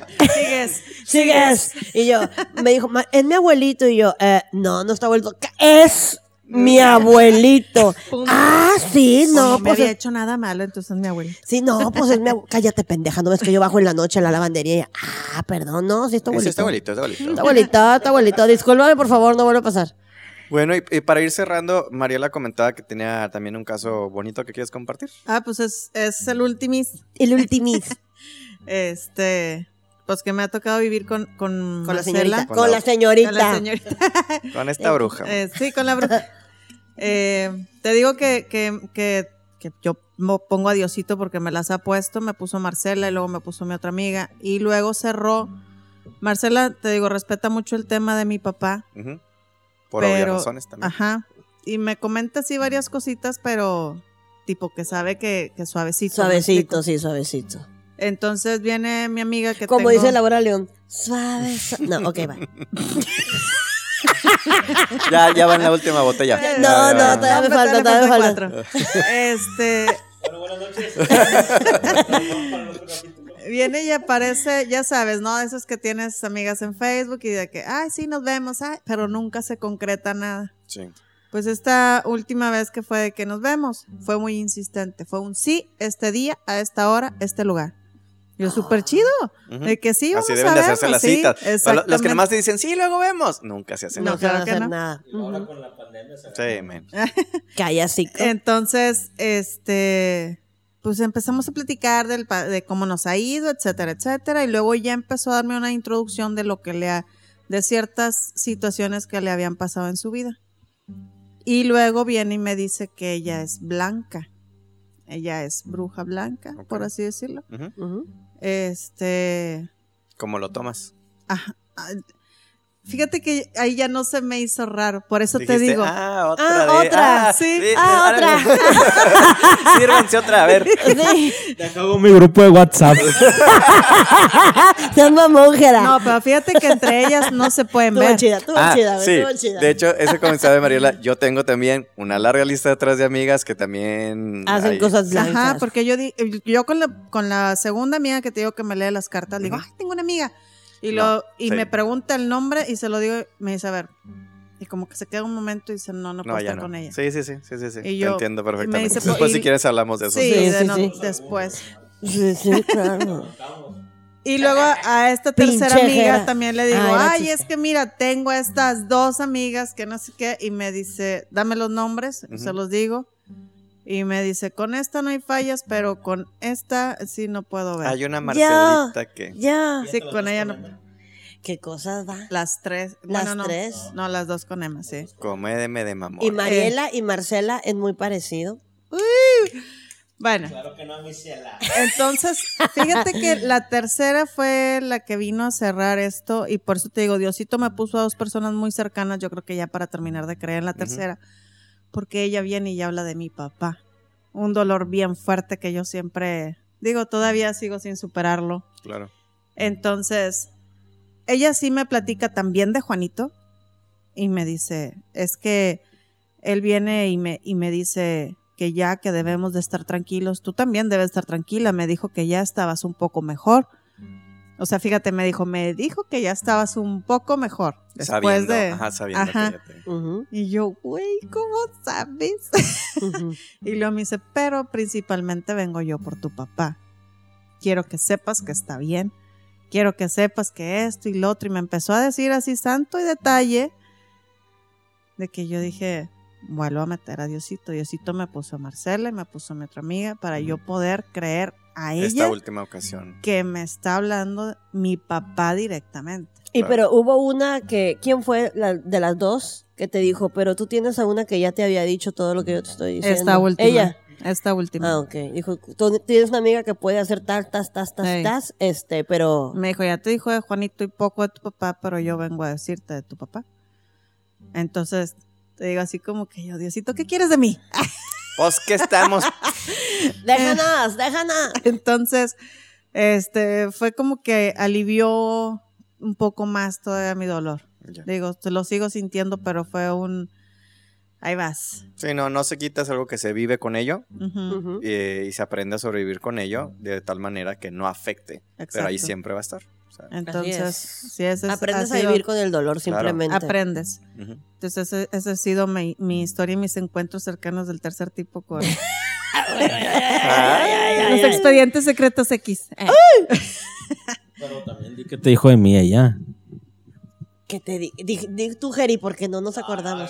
Sigues. Y yo, me dijo, es mi abuelito. Y yo, no está abuelito. Es mi abuelito. Sí, no. No me había hecho nada malo, entonces es mi abuelito. Sí, no, pues es mi abuelito. Cállate, pendeja. No ves que yo bajo en la noche a la lavandería. Perdón, no, sí, está abuelito. Está abuelito. Está abuelito. Discúlpame, por favor, no vuelva a pasar. Bueno, y para ir cerrando, Mariela comentaba que tenía también un caso bonito que quieres compartir. Pues es el ultimis. El ultimis. Pues que me ha tocado vivir con la señorita. Con la señorita. Con esta bruja. Sí, con la bruja. Te digo que yo pongo a Diosito porque me las ha puesto. Me puso Marcela y luego me puso mi otra amiga. Y luego cerró. Marcela, te digo, respeta mucho el tema de mi papá. Por obvias razones también. Ajá. Y me comenta así varias cositas, pero tipo que sabe que suavecito. Suavecito, sí, suavecito. Entonces viene mi amiga que como dice Laura León, suave. No, ok, va. ya va en la última botella. No, todavía me falta. Bueno, buenas noches. Viene y aparece, ya sabes, ¿no? Esos que tienes amigas en Facebook y de que, sí, nos vemos, pero nunca se concreta nada. Sí. Pues esta última vez que fue de que nos vemos, fue muy insistente. Fue un sí, este día, a esta hora, este lugar. Yo, súper chido. De que sí, vamos a vernos. Así deben de hacerse las citas. Los que nomás te dicen, sí, luego vemos. Nunca se hacen nada. No, claro que no. Nada. Y ahora con la pandemia se sí, man. Calla, sí. Entonces, pues empezamos a platicar de cómo nos ha ido, etcétera, etcétera. Y luego ya empezó a darme una introducción de lo que de ciertas situaciones que le habían pasado en su vida. Y luego viene y me dice que ella es blanca. Ella es bruja blanca, por así decirlo. ¿Cómo lo tomas? Fíjate que ahí ya no se me hizo raro, por eso dijiste, te digo. Otra. Sí. Otra. Sírvanse otra, a ver. Sí. Te hago mi grupo de WhatsApp. Son mamógeras. No, pero fíjate que entre ellas no se pueden ver. Estuvo chida. De hecho, ese comentario de Mariela, yo tengo también una larga lista detrás de amigas que también hacen cosas blancas. Ajá, porque yo con la segunda amiga que te digo que me lee las cartas, le digo, tengo una amiga. Me pregunta el nombre y se lo digo, me dice, a ver. Y como que se queda un momento y dice, no puedo estar con ella. Sí. Y yo, te entiendo perfectamente. Dice, después, si quieres, hablamos de eso. Sí. Después. Sí, claro. Y luego a esta tercera Pinche amiga Jera. también le digo, Era ay, chiste. es que mira, tengo a estas 2 amigas que no sé qué, y me dice, dame los nombres, se los digo, y me dice, con esta no hay fallas, pero con esta sí no puedo ver. Hay una Marcelita que... Ya. Sí, con ella no. ¿Qué cosas va? Las 3. Las Bueno, no. 3. No, las 2 con Emma, sí. Comédeme de mamón. Y Mariela y Marcela es muy parecido. Bueno. Claro que no, Michela. Entonces, fíjate que la tercera fue la que vino a cerrar esto y por eso te digo, Diosito me puso a 2 personas muy cercanas, yo creo que ya para terminar de creer en la tercera, porque ella viene y habla de mi papá. Un dolor bien fuerte que yo siempre, digo, todavía sigo sin superarlo. Claro. Entonces, ella sí me platica también de Juanito y me dice, es que él viene y me dice que ya que debemos de estar tranquilos, tú también debes estar tranquila, me dijo que ya estabas un poco mejor. O sea, fíjate, me dijo que ya estabas un poco mejor. Después sabiendo que ya te... Y yo, güey, ¿cómo sabes? Y luego me dice, pero principalmente vengo yo por tu papá. Quiero que sepas que está bien. Quiero que sepas que esto y lo otro. Y me empezó a decir así santo y detalle de que yo dije, vuelvo a meter a Diosito. Diosito me puso a Marcela y me puso a mi otra amiga para yo poder creer a ella. Esta última ocasión. Que me está hablando mi papá directamente. Y pero hubo una que, ¿quién fue de las 2 que te dijo, pero tú tienes a una que ya te había dicho todo lo que yo te estoy diciendo? Esta última. Ella. Esta última. Ah, ok. Dijo, tú tienes una amiga que puede hacer tas, pero... Me dijo, ya te dijo de Juanito y poco de tu papá, pero yo vengo a decirte de tu papá. Entonces, te digo así como que yo, Diosito, ¿qué quieres de mí? Pues que estamos... Déjanos. Entonces, fue como que alivió un poco más todavía mi dolor. Ya. Digo, te lo sigo sintiendo, pero fue un... Ahí vas. Sí, no se quita, es algo que se vive con ello Ujú. y se aprende a sobrevivir con ello de tal manera que no afecte. Pero ahí Exacto. siempre va a estar. O sea, Entonces, Así sí, ese es, Aprendes ha a sido- vivir con el dolor simplemente. Aprendes. ujú. Entonces, ese ha sido mi historia y mis encuentros cercanos del tercer tipo con los expedientes secretos X. Pero también di que te dijo de mí ella. Que te di tú, Jerry, porque no nos acordamos.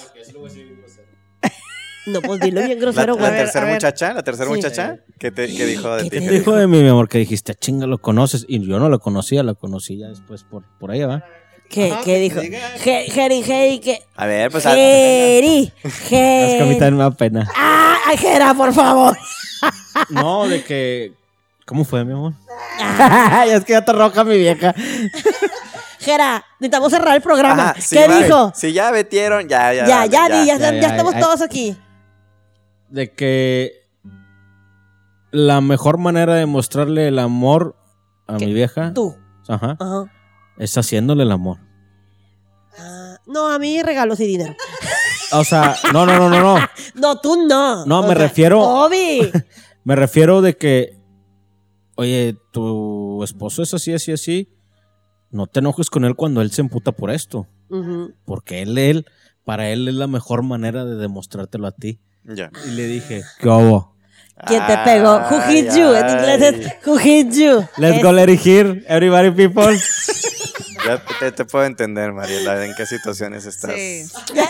No, pues dilo bien grosero, La güey. tercera a ver. muchacha, Sí. ¿qué dijo de ¿Qué ti? te Te dijo de mí, mi amor, que dijiste, chinga, lo conoces. Y yo no lo conocía, la conocí ya después por ahí, ¿va? ¿Qué dijo? Jerry, que... A ver, pues... Jerry. Es que a mí también me da pena. ¡Ay, Jera, por favor! No, de que... ¿Cómo fue, mi amor? Es que ya te roja mi vieja. Jera, necesitamos cerrar el programa. Ajá, sí, ¿Qué vale. dijo? Si ya metieron, ya. Ya Ya, estamos ya. todos aquí. De que la mejor manera de mostrarle el amor a mi vieja Tú. ajá, Ajá. es haciéndole el amor. No, a mí regalos y dinero. O sea, no. No, tú no. No, O me sea, refiero- Obi. Me refiero de que, oye, tu esposo es así. No te enojes con él cuando él se emputa por esto. Ujú. Porque para él es la mejor manera de demostrártelo a ti. Ya. Y le dije, ¿qué hubo? ¿Quién te pegó? Who hit you? En inglés es who hit you. Let's Es- go let it here, everybody people. Ya te puedo entender, Mariela, en qué situaciones estás. Sí.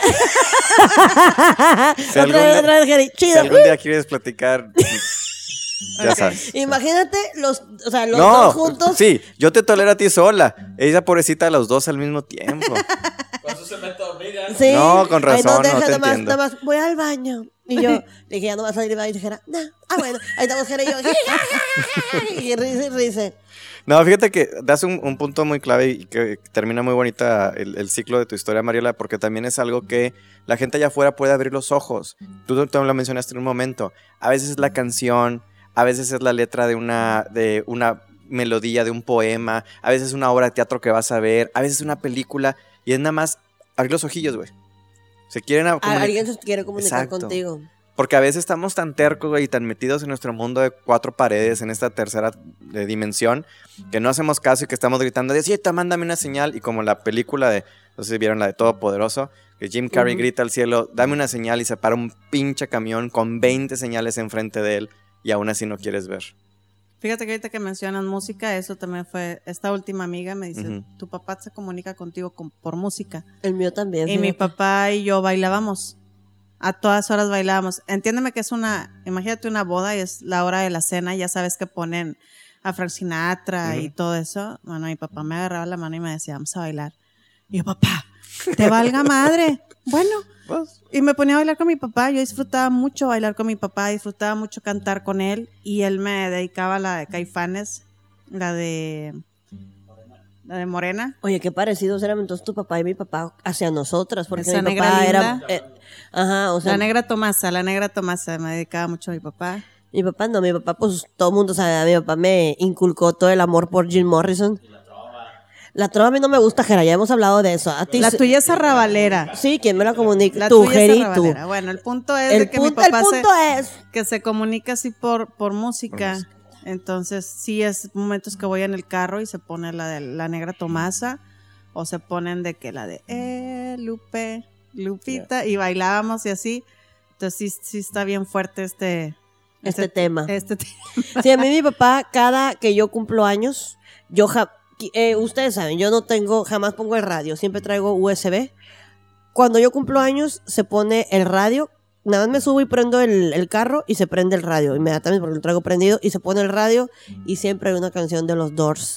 Si algún día- Otra vez, Jerry. Si Chido. algún día quieres platicar, ya sabes. Imagínate los No, dos juntos. sí, yo te tolero a ti sola. Ella pobrecita a los dos al mismo tiempo. Sí. No, con razón, Ahí no te nomás, entiendo. nomás, voy al baño. Y yo le dije, ya no vas a salir. Y dijera, no. Ah, bueno. Ahí estamos, Jerry y yo. Y risa. No, fíjate que das un punto muy clave y que termina muy bonita el ciclo de tu historia, Mariela, porque también es algo que la gente allá afuera puede abrir los ojos. Tú lo mencionaste en un momento. A veces es la canción, a veces es la letra de una melodía, de un poema, a veces es una obra de teatro que vas a ver, a veces es una película y es nada más abrir los ojillos, güey. Se quieren Alguien se quiere comunicar Exacto. contigo. Porque a veces estamos tan tercos, güey, y tan metidos en nuestro mundo de 4 paredes, en esta tercera dimensión, que no hacemos caso y que estamos gritando, Diosito, mándame una señal. Y como la película de, no sé si vieron la de Todopoderoso, que Jim Carrey grita al cielo, dame una señal, y se para un pinche camión con 20 señales enfrente de él, y aún así no quieres ver. Fíjate que ahorita que mencionan música, eso también fue, esta última amiga me dice, tu papá se comunica contigo por música. El mío también. Y mi papá y yo bailábamos, a todas horas bailábamos. Entiéndeme que imagínate una boda y es la hora de la cena, ya sabes que ponen a Frank Sinatra y todo eso. Bueno, mi papá me agarraba la mano y me decía, vamos a bailar. Y yo, papá, te valga madre. Bueno, y me ponía a bailar con mi papá. Yo disfrutaba mucho bailar con mi papá, disfrutaba mucho cantar con él. Y él me dedicaba a la de Caifanes, la de Morena. Oye, qué parecidos eran entonces tu papá y mi papá hacia nosotras, porque esa mi papá linda. Era... o sea, la negra Tomasa, me dedicaba mucho a mi papá. Mi papá no, mi papá, pues todo el mundo sabe, mi papá me inculcó todo el amor por Jim Morrison. La trova a mí no me gusta, Jera, ya hemos hablado de eso. A ti la tuya es arrabalera. Sí, ¿quién me la comunica? La tú, tuya es Jeri, arrabalera. tú. Bueno, el punto es que mi papá que se comunica así por música. Entonces, sí es momentos que voy en el carro y se pone la de la negra Tomasa, o se ponen de que la de Lupita, y bailábamos y así. Entonces, sí está bien fuerte este tema. Este tema. Sí, a mí mi papá, cada que yo cumplo años, ustedes saben, yo jamás pongo el radio, siempre traigo USB. Cuando yo cumplo años, se pone el radio, nada más me subo y prendo el carro y se prende el radio inmediatamente porque lo traigo prendido y se pone el radio y siempre hay una canción de los Doors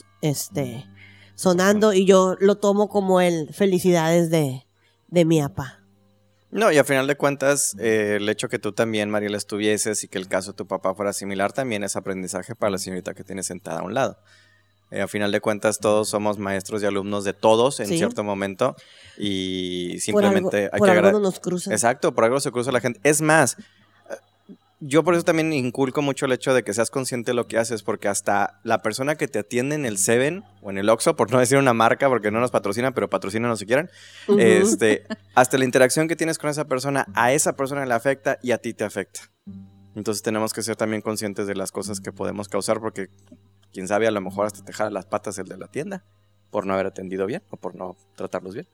sonando y yo lo tomo como el felicidades de mi papá. No, y a final de cuentas, el hecho que tú también, Mariela, estuvieses y que el caso de tu papá fuera similar también es aprendizaje para la señorita que tienes sentada a un lado. A final de cuentas, todos somos maestros y alumnos de todos en cierto momento y simplemente por algo nos cruza. Exacto, por algo se cruza la gente. Es más, yo por eso también inculco mucho el hecho de que seas consciente de lo que haces, porque hasta la persona que te atiende en el Seven o en el Oxxo, por no decir una marca porque no nos patrocinan, pero patrocinan si quieren, hasta la interacción que tienes con esa persona, a esa persona le afecta y a ti te afecta. Entonces tenemos que ser también conscientes de las cosas que podemos causar, porque quién sabe, a lo mejor hasta te jala las patas el de la tienda por no haber atendido bien o por no tratarlos bien.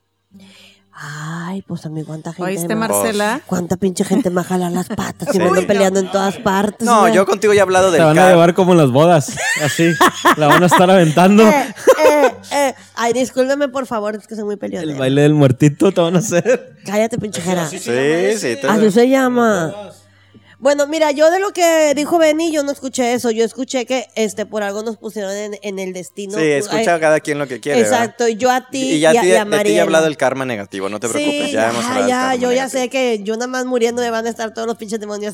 Ay, pues a mí cuánta gente. ¿Oíste, Marcela? Cuánta pinche gente me jala las patas y me andan peleando en todas partes. No, yo contigo ya he hablado del Te van a llevar como en las bodas, así. La van a estar aventando. Ay, discúlpeme, por favor, es que soy muy peleonera. El baile del muertito te van a hacer. Cállate, pinche Jera. Sí. Así se llama. Bueno, mira, yo de lo que dijo Benny, yo no escuché eso. Yo escuché que por algo nos pusieron en el destino. Sí, escucha a cada quien lo que quiere. Exacto, ¿verdad? y yo a ti y a Mariela. De ti he hablado del karma negativo, no te preocupes. Sí, ya hemos hablado del karma yo ya negativo. sé que yo nada más muriendo me van a estar todos los pinches demonios.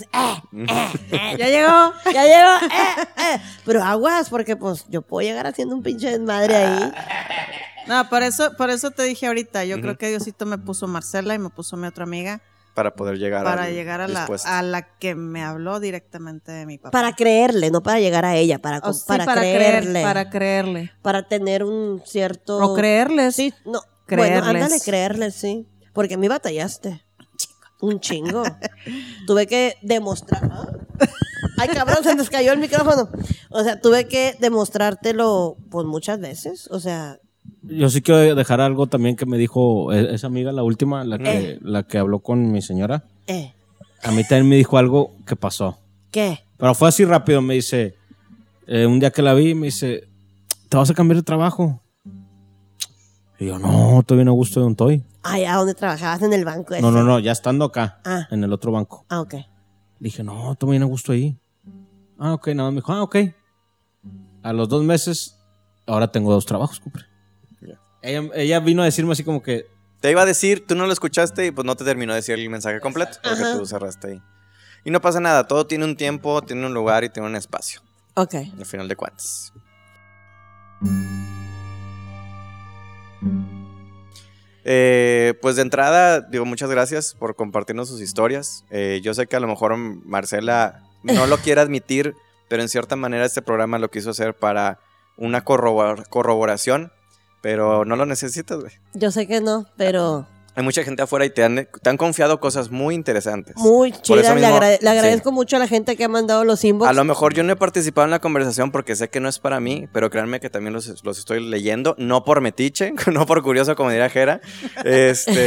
Ya llegó. Ya llegó. Pero aguas, porque pues yo puedo llegar haciendo un pinche desmadre ahí. No, por eso te dije ahorita. Yo creo que Diosito me puso Marcela y me puso mi otra amiga. Para poder llegar a la que me habló directamente de mi papá. Para creerle, no para llegar a ella, para creerle. Para creerle. Para tener un cierto... O creerle. Sí, no. Creerles. Bueno, ándale, creerle, sí. Porque a mí batallaste. Un chingo. Tuve que demostrar... Ay, cabrón, se nos cayó el micrófono. O sea, tuve que demostrártelo pues muchas veces. O sea... Yo sí quiero dejar algo también que me dijo esa amiga, la última, la que habló con mi señora. A mí también me dijo algo que pasó. ¿Qué? Pero fue así rápido, me dice, un día que la vi, me dice, ¿te vas a cambiar de trabajo? Y yo, no, estoy bien a gusto de donde estoy. Ay, ¿a dónde trabajabas? En el banco ese. No, ya estando acá, en el otro banco. Ah, ok. Dije, no, estoy bien a gusto ahí. Ah, ok, nada, me dijo, ok. A los 2 meses, ahora tengo 2 trabajos, compadre. Ella vino a decirme así como que... Te iba a decir, tú no lo escuchaste y pues no te terminó de decir el mensaje completo porque tú cerraste ahí. Y no pasa nada, todo tiene un tiempo, tiene un lugar y tiene un espacio. Ok. Al final de cuentas. Pues de entrada, digo, muchas gracias por compartirnos sus historias. Yo sé que a lo mejor Marcela no lo quiere admitir, pero en cierta manera este programa lo quiso hacer para una corroboración. Pero no lo necesitas, güey. Yo sé que no, pero... Hay mucha gente afuera y te han confiado cosas muy interesantes. Muy chidas. Mismo, le agradezco mucho a la gente que ha mandado los inbox. A lo mejor yo no he participado en la conversación porque sé que no es para mí, pero créanme que también los estoy leyendo. No por metiche, no por curioso, como diría Jera.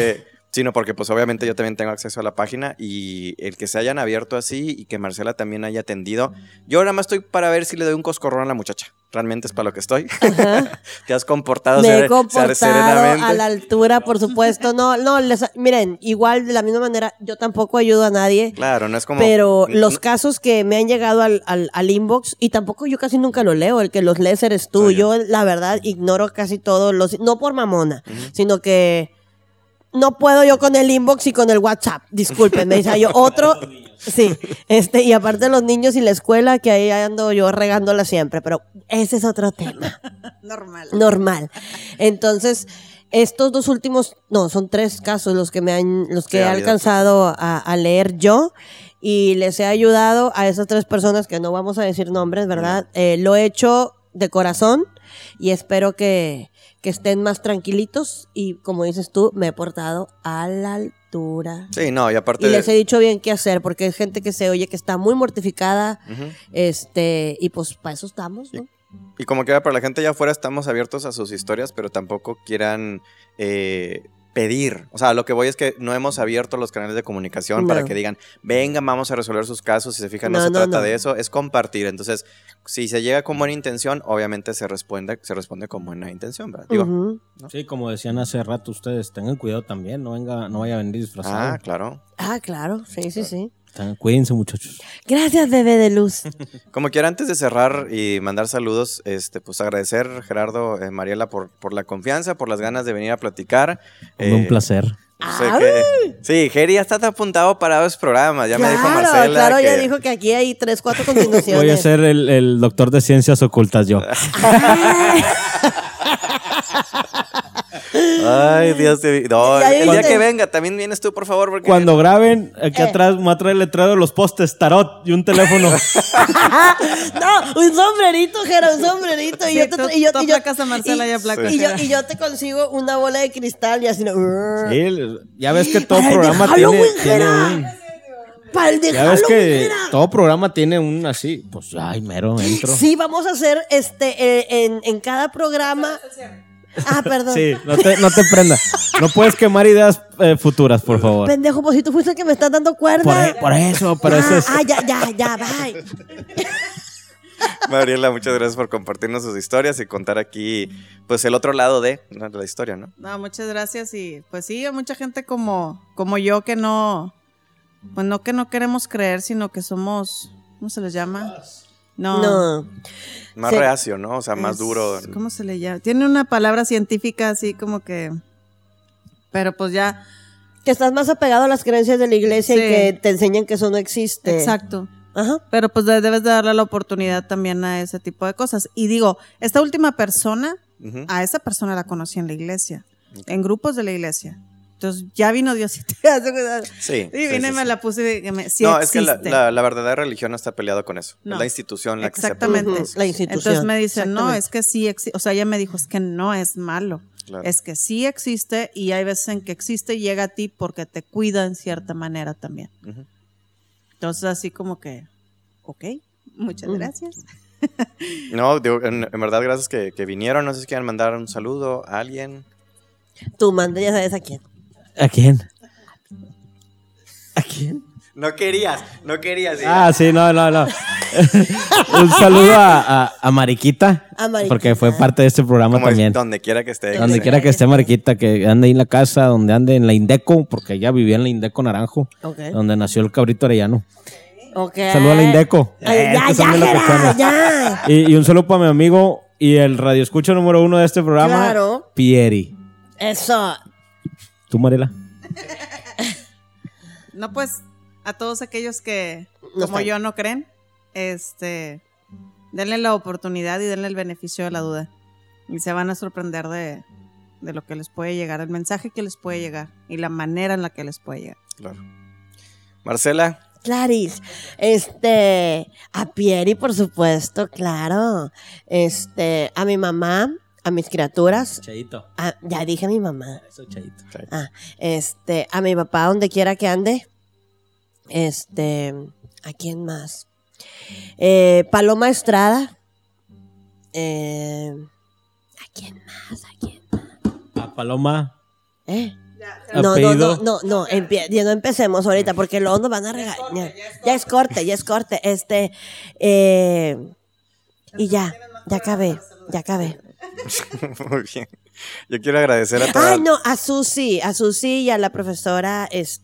Sino porque pues obviamente yo también tengo acceso a la página y el que se hayan abierto así y que Marcela también haya atendido. Yo nada más estoy para ver si le doy un coscorrón a la muchacha. Realmente es para lo que estoy. Te has comportado Me he comportado serenamente. a la altura, por supuesto. No, miren, igual de la misma manera, yo tampoco ayudo a nadie. Claro, no es como... Pero los casos que me han llegado al inbox, y tampoco yo casi nunca lo leo, el que los lees eres tú. Soy yo. Yo, la verdad, ignoro casi todos los... No por mamona, sino que no puedo yo con el inbox y con el WhatsApp. Discúlpenme, dice yo. Otro... Sí, y aparte los niños y la escuela, que ahí ando yo regándola siempre, pero ese es otro tema. Normal. Entonces, estos dos últimos, no, son 3 casos los que he alcanzado a leer yo, y les he ayudado a esas 3 personas que no vamos a decir nombres, ¿verdad? Lo he hecho de corazón y espero que estén más tranquilitos, y como dices tú, me he portado a la altura. Sí, no, y aparte... Y les he dicho bien qué hacer, porque hay gente que se oye que está muy mortificada, y pues para eso estamos, ¿no? Y como quiera, para la gente allá afuera estamos abiertos a sus historias, pero tampoco quieran pedir. O sea, lo que voy es que no hemos abierto los canales de comunicación para que digan, venga, vamos a resolver sus casos. Si se fijan, no se trata de eso, es compartir. Entonces, si se llega con buena intención, obviamente se responde con buena intención, ¿verdad? Digo, ¿no? Sí, como decían hace rato ustedes, tengan cuidado también, no vaya a venir disfrazado. Claro, sí. Cuídense, muchachos. Gracias, bebé de luz. Como quiera, antes de cerrar y mandar saludos, pues agradecer, Gerardo, Mariela, por la confianza, por las ganas de venir a platicar. Un placer. Sí, Geri ya está apuntado para 2 programas. Ya me dijo Marcela. Claro, ya dijo que aquí hay 3, 4 continuaciones. Voy a ser el doctor de ciencias ocultas yo. Ay, Dios mío. No, el día que venga, también vienes tú, por favor. Porque... Cuando graben, aquí atrás me va a traer el letrero de los postes, tarot y un teléfono. No, un sombrerito, Jera, un sombrerito. Sí, y yo aplacas a Marcela y aplacas a Jera. Y yo te consigo una bola de cristal y así. Sí, ya ves que todo programa tiene un... Para el de ya ves que todo programa tiene un así, pues ay, mero, entro. Sí, vamos a hacer en cada programa... Perdón. Sí, no te prendas. No puedes quemar ideas futuras, por favor. Pendejo, pues si tú fuiste el que me estás dando cuerda. Por eso, pero eso es... Ya, bye. Mariela, muchas gracias por compartirnos sus historias y contar aquí, pues, el otro lado de la historia, ¿no? No, muchas gracias. Y pues sí, hay mucha gente como yo que no, pues no que no queremos creer, sino que somos, ¿cómo se les llama? No. Más reacio, ¿no? O sea, más duro. ¿Cómo se le llama? Tiene una palabra científica así como que... Pero pues ya... Que estás más apegado a las creencias de la iglesia, y que te enseñan que eso no existe. Exacto. Ajá. Pero pues debes de darle la oportunidad también a ese tipo de cosas. Y digo, esta última persona, a esa persona la conocí en la iglesia, en grupos de la iglesia. Entonces ya vino Diosito. Sí. Y vine, me la puse. Es que la verdadera religión no está peleado con eso. No. Es la institución la que se Exactamente. La institución. Entonces me dicen, no, es que sí existe. O sea, ella me dijo, es que no es malo. Claro. Es que sí existe, y hay veces en que existe y llega a ti porque te cuida en cierta manera también. Entonces así como que, ok, muchas gracias. No, en verdad, gracias que vinieron. No sé si quieren mandar un saludo a alguien. Tú manda, ya sabes a quién. ¿A quién? ¿A quién? No querías. Sí, no. Un saludo a Mariquita. Porque fue parte de este programa como también. Donde quiera que esté. Donde quiera que esté Mariquita, que ande ahí en la casa, donde ande en la Indeco, porque ella vivía en la Indeco Naranjo, donde nació el cabrito Arellano. Saludo a la Indeco. Ya. Y un saludo para mi amigo y el radioescucha número 1 de este programa, Pieri. Eso. ¿Tú, Mariela? No, pues, a todos aquellos que, como yo, no creen, denle la oportunidad y denle el beneficio de la duda. Y se van a sorprender de lo que les puede llegar, el mensaje que les puede llegar y la manera en la que les puede llegar. Claro. Marcela. Claris, a Pieri, por supuesto, claro. A mi mamá, a mis criaturas. Chayito. Ya dije a mi mamá. Eso, Chayito. A mi papá, donde quiera que ande. ¿A quién más? Paloma Estrada. ¿A quién más? A Paloma. No, no empecemos ahorita porque luego nos van a regañar. Ya es corte. Y ya acabé. Muy bien. Yo quiero agradecer a todas. Ay, no, a Susi y a la profesora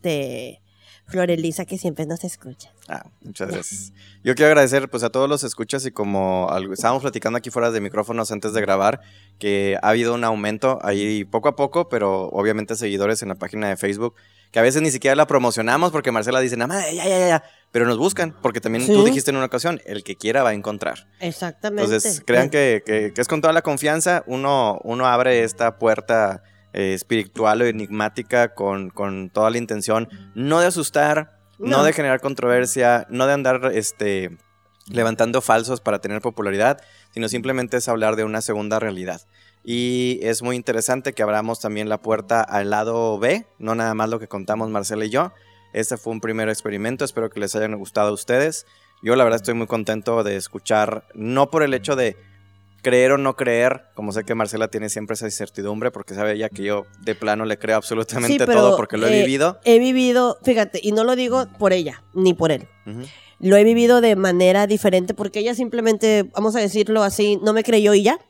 Florelisa, que siempre nos escucha. Muchas gracias. Yo quiero agradecer pues a todos los escuchas y como estábamos platicando aquí fuera de micrófonos antes de grabar, que ha habido un aumento ahí poco a poco, pero obviamente seguidores en la página de Facebook, que a veces ni siquiera la promocionamos porque Marcela dice, nada más, ya, pero nos buscan, porque también tú dijiste en una ocasión, el que quiera va a encontrar. Exactamente. Entonces, crean que es con toda la confianza, uno abre esta puerta espiritual o enigmática con toda la intención, no de asustar, no de generar controversia, no de andar levantando falsos para tener popularidad, sino simplemente es hablar de una segunda realidad. Y es muy interesante que abramos también la puerta al lado B, no nada más lo que contamos Marcela y yo. Este fue un primer experimento, espero que les hayan gustado a ustedes. Yo la verdad estoy muy contento de escuchar, no por el hecho de creer o no creer, como sé que Marcela tiene siempre esa incertidumbre, porque sabe ella que yo de plano le creo absolutamente todo porque lo he vivido. He vivido, fíjate, y no lo digo por ella, ni por él. Lo he vivido de manera diferente porque ella simplemente, vamos a decirlo así, no me creyó y ya.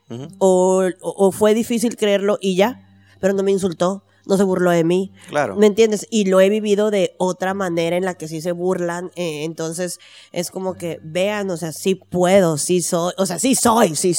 O fue difícil creerlo y ya, pero no me insultó. No se burló de mí. Claro. ¿Me entiendes? Y lo he vivido de otra manera en la que sí se burlan. Entonces, es como que vean, o sea, sí puedo, sí soy. O sea, sí soy. Sí,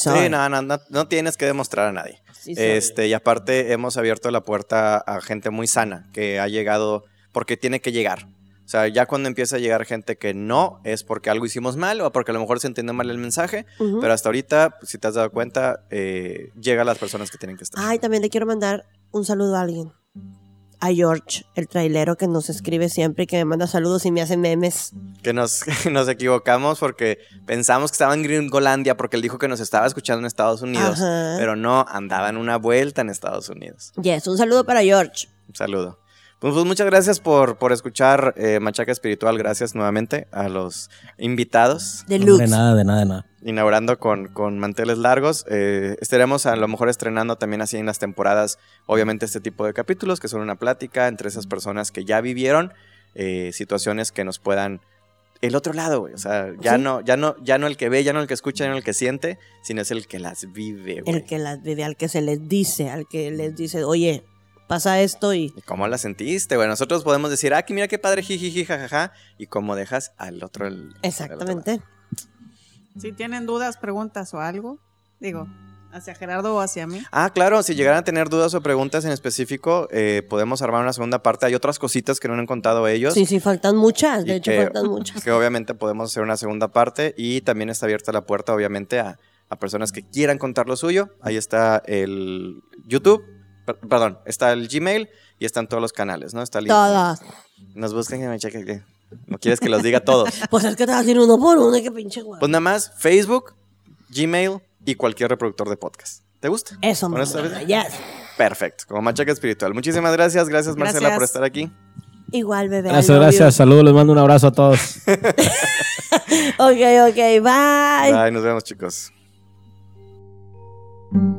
no tienes que demostrar a nadie. Sí y aparte, hemos abierto la puerta a gente muy sana que ha llegado porque tiene que llegar. O sea, ya cuando empieza a llegar gente que no, es porque algo hicimos mal o porque a lo mejor se entendió mal el mensaje. Pero hasta ahorita, si te has dado cuenta, llega a las personas que tienen que estar. Ay, también le quiero mandar un saludo a alguien. A George, el trailero que nos escribe siempre y que me manda saludos y me hace memes. Que nos equivocamos porque pensamos que estaba en Gringolandia porque él dijo que nos estaba escuchando en Estados Unidos. Ajá. Pero no, andaba en una vuelta en Estados Unidos. Yes, un saludo para George. Un saludo. Pues muchas gracias por escuchar Machaca Espiritual. Gracias nuevamente a los invitados. De nada. Inaugurando con manteles largos. Estaremos a lo mejor estrenando también así en las temporadas, obviamente, este tipo de capítulos que son una plática entre esas personas que ya vivieron situaciones que nos puedan... El otro lado, güey. O sea, ya no el que ve, ya no el que escucha, ya no el que siente, sino es el que las vive, güey. El que las vive, al que se les dice, oye... pasa esto y... ¿Y cómo la sentiste? Bueno, nosotros podemos decir, que mira qué padre, jijiji, jajaja, y cómo dejas al otro... Exactamente. Al otro. Si tienen dudas, preguntas o algo, digo, hacia Gerardo o hacia mí. Claro, si llegaran a tener dudas o preguntas en específico, podemos armar una segunda parte. Hay otras cositas que no han contado ellos. Sí, faltan muchas, de hecho faltan muchas. Que obviamente podemos hacer una segunda parte y también está abierta la puerta, obviamente, a personas que quieran contar lo suyo. Ahí está el YouTube. Perdón, está el Gmail y están todos los canales, ¿no? Está todas. Nos buscan que me cheque que no quieres que los diga todos. Pues es que te vas a ir uno por uno, qué pinche güey. Pues nada más Facebook, Gmail y cualquier reproductor de podcast. ¿Te gusta? Eso, yes. Perfecto, como Machaca Espiritual. Muchísimas gracias Marcela por estar aquí. Igual, bebé. Gracias. Saludos, les mando un abrazo a todos. Ok, bye. Bye, nos vemos, chicos.